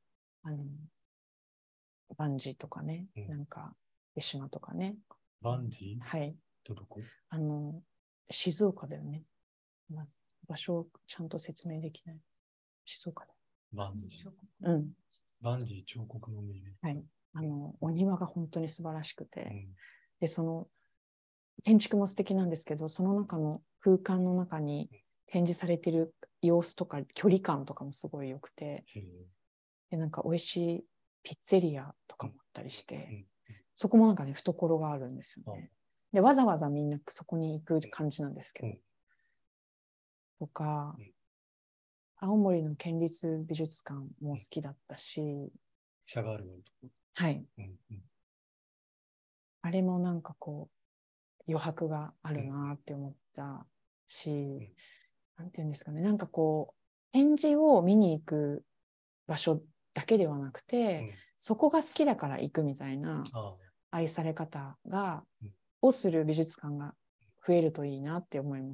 バンジーとかね、なんか江島とかね。 バンジー？ はい。 どこ？ 静岡だよね。場所をちゃんと説明できない。静岡だ。 バンジー。 バンジー彫刻の名前。 はい。お庭が本当に素晴らしくて、で、その建築も素敵なんですけど、その中の空間の中に展示されている様子とか距離感とかもすごい良くて、で、なんか美味しいピッツェリアとかもあったりして、そこもなんかね、懐があるんですよね。で、わざわざみんなそこに行く感じなんですけど。とか、青森の県立美術館も好きだったし、 シャガールのとこ。 はい。あれもなんかこう、余白があるなって思ったし、なんていうんですかね、なんかこう、展示を見に行く場所だけではなくて、そこが好きだから行くみたいな愛され方をする美術館が増えるといいなって思います。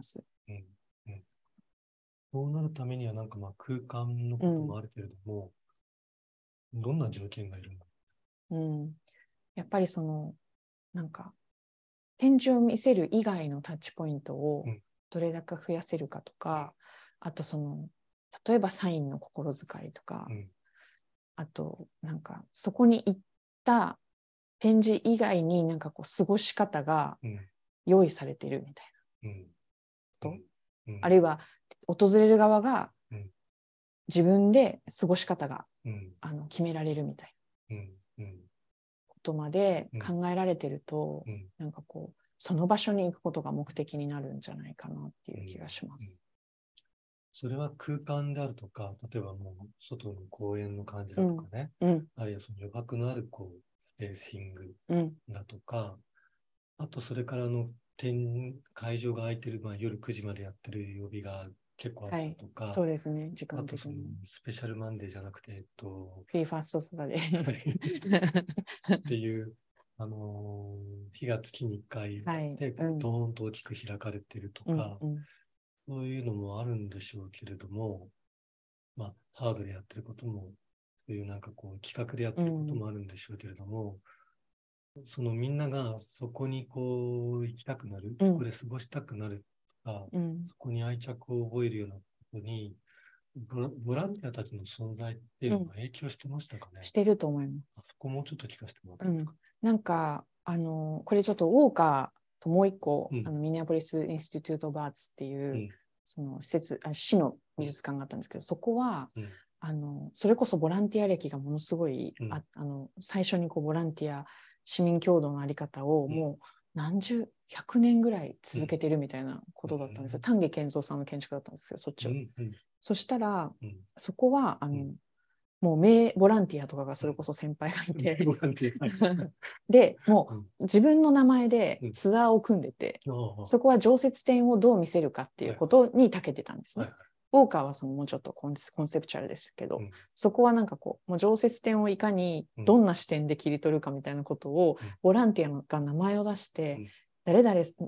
そうなるためにはなんかまあ空間のこともあるけれども、どんな条件がいるんだ？ やっぱりそのなんか展示を見せる以外のタッチポイントをどれだけ増やせるかとか、あとその例えばサインの心遣いとか、あとなんかそこに行った展示以外になんかこう過ごし方が用意されているみたいなこと、あるいは訪れる側が自分で過ごし方が決められるみたいなことまで考えられてると、なんかこうその場所に行くことが目的になるんじゃないかなっていう気がします。 それは空間であるとか、例えばもう外の公園の感じだとかね、あるいはその余白のあるこうスペーシングだとか、あとそれから会場が空いてる、まあ、夜9時までやってる曜日が結構あったとか、 そうですね、時間的に。あとそのスペシャルマンデーじゃなくて、 フリーファーストサタデーっていう、日が月に1回でドーンと大きく開かれてるとか、そういうのもあるんでしょうけれども、まあ、ハードでやってることも、そういうなんかこう、企画でやってることもあるんでしょうけれども、そのみんながそこにこう行きたくなる、そこで過ごしたくなるとか、そこに愛着を覚えるようなことに、ボランティアたちの存在っていうのが影響してましたかね？ してると思います。 そこもうちょっと聞かせてもらっていいですか？ なんか、これちょっとウォーカーともう一個、ミネアポリス・インスティテュート・オブ・アーツっていう、その市の美術館があったんですけど、そこは、それこそボランティア歴がものすごい、最初にこうボランティア市民共同のあり方をもう何十 100年ぐらい続けてるみたいなことだったんですよ。丹下健三さんの建築だったんですよ、そっちは。そしたら、そこはもう名ボランティアとかがそれこそ先輩がいてでもう自分の名前でツアーを組んでて、そこは常設展をどう見せるかっていうことに長けてたんですね。ウォーカーはもうちょっとコンセプチュアルですけど、そこはなんかこう、もう常設展をいかにどんな視点で切り取るかみたいなことを、ボランティアが名前を出して、誰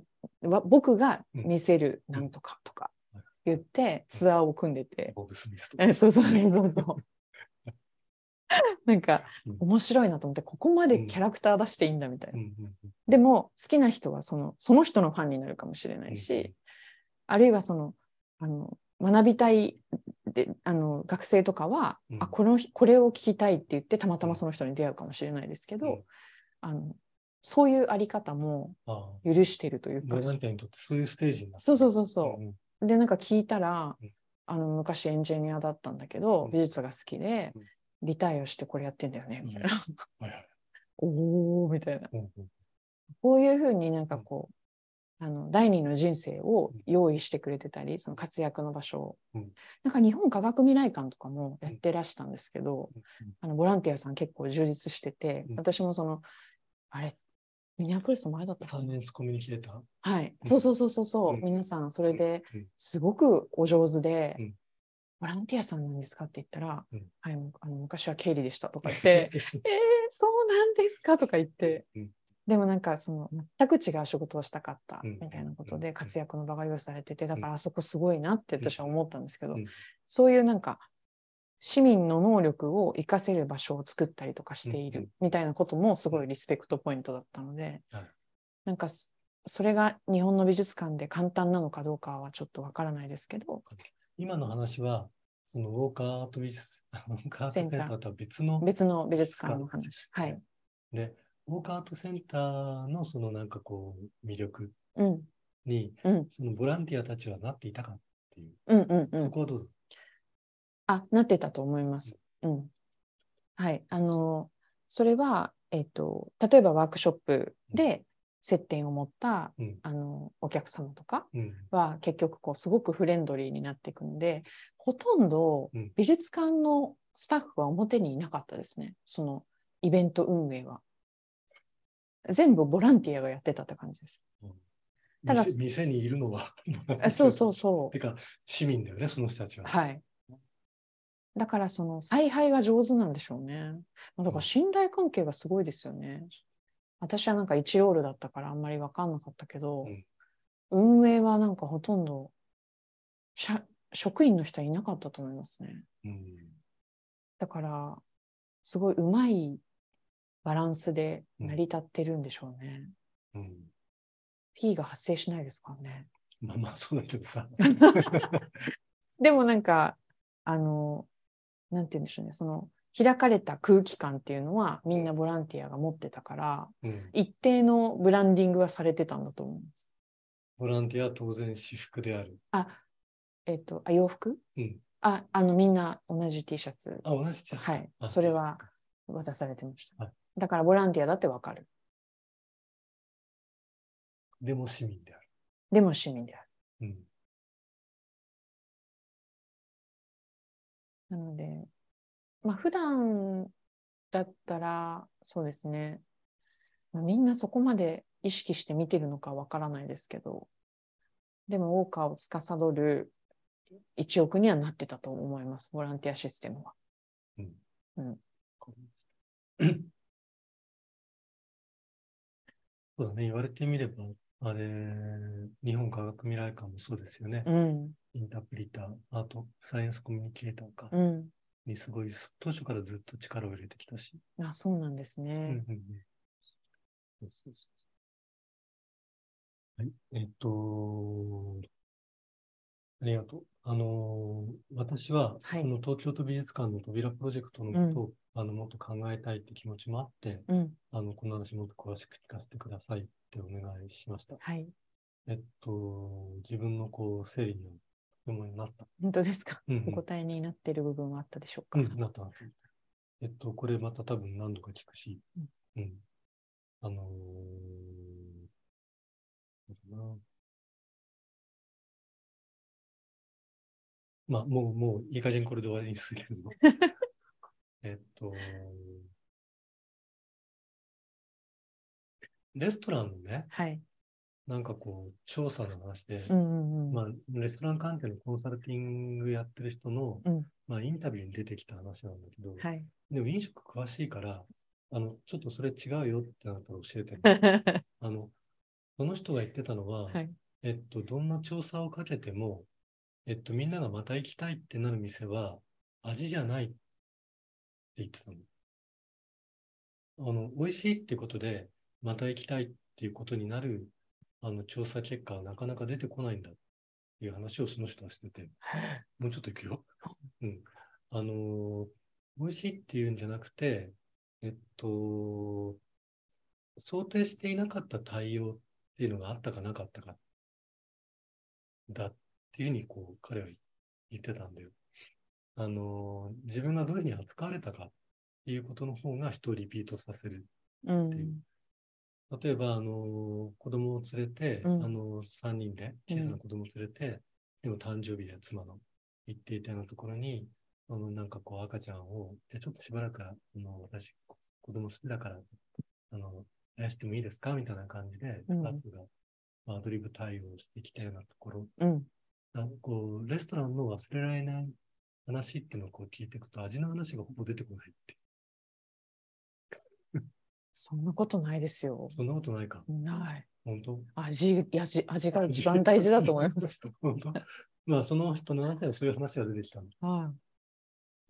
々は僕が見せるなんとかとか言ってツアーを組んでて、そうそうそうそう。なんか面白いなと思って、ここまでキャラクター出していいんだみたいな。でも好きな人はその人のファンになるかもしれないし、あるいは学びたいで学生とかは、これを聞きたいって言ってたまたまその人に出会うかもしれないですけど、そういうあり方も許してるというか。 ボランティアにとってそういうステージになって。 そうそうそうそう。でなんか聞いたら、昔エンジニアだったんだけど、美術が好きで、リタイアしてこれやってんだよねみたいな。おおみたいな。こういうふうになんかこう、第二の人生を用意してくれてたり、その活躍の場所を。なんか日本科学未来館とかもやってらしたんですけど、ボランティアさん結構充実してて、私もあれ、ミネアポリスの前だったかな。 サイエンスコミュニケーター。 はい。そうそうそうそう。皆さん、それですごくお上手で、ボランティアさんなんですかって言ったら、はい、昔は経理でしたとか言って、そうなんですかとか言って、でもなんか全く違う仕事をしたかったみたいなことで活躍の場が用意されてて、だからあそこすごいなって私は思ったんですけど、そういうなんか市民の能力を活かせる場所を作ったりとかしているみたいなこともすごいリスペクトポイントだったので、なんかそれが日本の美術館で簡単なのかどうかはちょっとわからないですけど、 今の話はそのウォーカーアート美術センターとは別の美術館の話。はい。 で、ウォーカーアートセンターのなんかこう魅力に、そのボランティアたちはなっていたかっていう、そこはどうぞ。 なってたと思います。はい。それは、例えばワークショップで接点を持った、お客様とかは結局こうすごくフレンドリーになっていくので、ほとんど美術館のスタッフは表にいなかったですね。そのイベント運営は。全部ボランティアがやってたって感じです。 ただ店にいるのはそうそうそう。 てか市民だよね、その人たちは。 はい。だから采配が上手なんでしょうね。だから信頼関係がすごいですよね。私はなんか1ロールだったからあんまり分かんなかったけど、運営はなんかほとんど職員の人はいなかったと思いますね。だからすごいうまいバランスで成り立ってるんでしょうね。フィーが発生しないですからね。 まあまあそうだけどさ。 でもなんかなんて言うんでしょうね、開かれた空気感っていうのはみんなボランティアが持ってたから、一定のブランディングはされてたんだと思います。 ボランティアは当然私服である。 洋服？みんな同じ T シャツ。 同じ T シャツ。 はい。それは渡されてました。だからボランティアだってわかる。 でも市民である。 でも市民である。なので、普段だったら、そうですね、みんなそこまで意識して見てるのかわからないですけど、でもウォーカーを司る1億にはなってたと思います、ボランティアシステムは。 そうだね、言われてみれば、日本科学未来館もそうですよね。インタープリター、あとサイエンスコミュニケーターか。にすごい当初からずっと力を入れてきたし。 そうなんですね。 はい、ありがとう。私は、この東京都美術館の扉プロジェクトのことを、もっと考えたいって気持ちもあって、この話もっと詳しく聞かせてくださいってお願いしました。自分の整理にはとてもなった。 本当ですか？お答えになっている部分はあったでしょうか？ なった。これまた多分何度か聞くし、 そうだな。まあ、もういい加減これで終わりにするけど。レストランのね、 はい。 なんかこう、調査の話で、 うんうんまあ、レストラン関係のコンサルティングやってる人の、 うん。 まあ、インタビューに出てきた話なんだけど、 はい。 でも飲食詳しいから、ちょっとそれ違うよってなったら教えてね。その人が言ってたのは、 はい。 どんな調査をかけても、みんながまた行きたいってなる店は、味じゃないって言ってたの。美味しいってことで、また行きたいっていうことになる、調査結果はなかなか出てこないんだっていう話をその人はしてて、もうちょっと行くよ。うん。美味しいっていうんじゃなくて、想定していなかった対応っていうのがあったかなかったかだっていうふうにこう彼は言ってたんだよ。自分がどういうふうに扱われたかっていうことの方が人をリピートさせるっていう。例えば、子供を連れて、3人で小さな子供を連れて、でも誕生日で妻の行っていたようなところに、なんかこう赤ちゃんを、じゃちょっとしばらく、私、子供好きだから、やらしてもいいですかみたいな感じで、スタッフがアドリブ対応してきたようなところ、こうレストランの忘れられない話っていうのをこう聞いていくと、味の話がほぼ出てこないって。 そんなことないですよ。 そんなことないか。 ない。 本当？ 味が一番大事だと思います。 本当？まあ、その人の話はそういう話が出てきたの。 はい。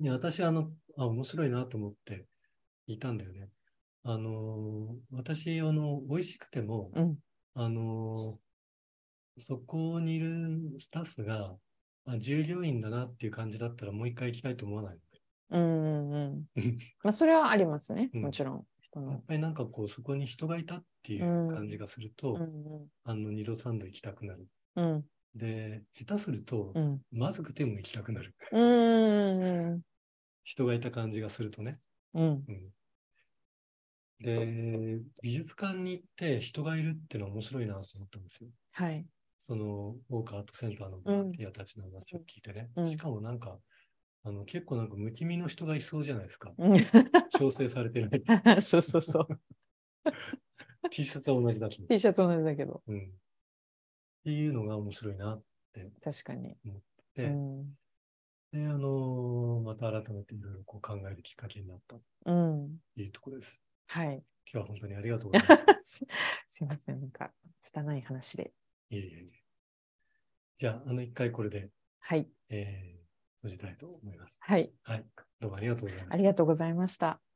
で、私は面白いなと思っていたんだよね。私、美味しくても、そこにいるスタッフが、従業員だなっていう感じだったらもう一回行きたいと思わないので。まあ、それはありますね。もちろん。 やっぱりなんかこう、そこに人がいたっていう感じがすると、二度三度行きたくなる。で、下手すると、まずくても行きたくなる。人がいた感じがするとね。で、美術館に行って人がいるっていうのは面白いなと思ったんですよ。 はい。 その、ウォーカーアートセンターのボランティアたちの話を聞いてね。しかもなんか、結構なんか不気味の人がいそうじゃないですか。調整されてない。 そうそうそう。 T シャツは同じだけど。 T シャツ同じだけど。 っていうのが面白いなって確かに思って、で、また改めていろいろこう考えるきっかけになったというところです。 はい。 今日は本当にありがとうございます。 すいません、なんか、拙い話で。 いえいえいえ。じゃあ、一回これで、 はい。 閉じたいと思います。 はい。 はい。どうもありがとうございました。 ありがとうございました。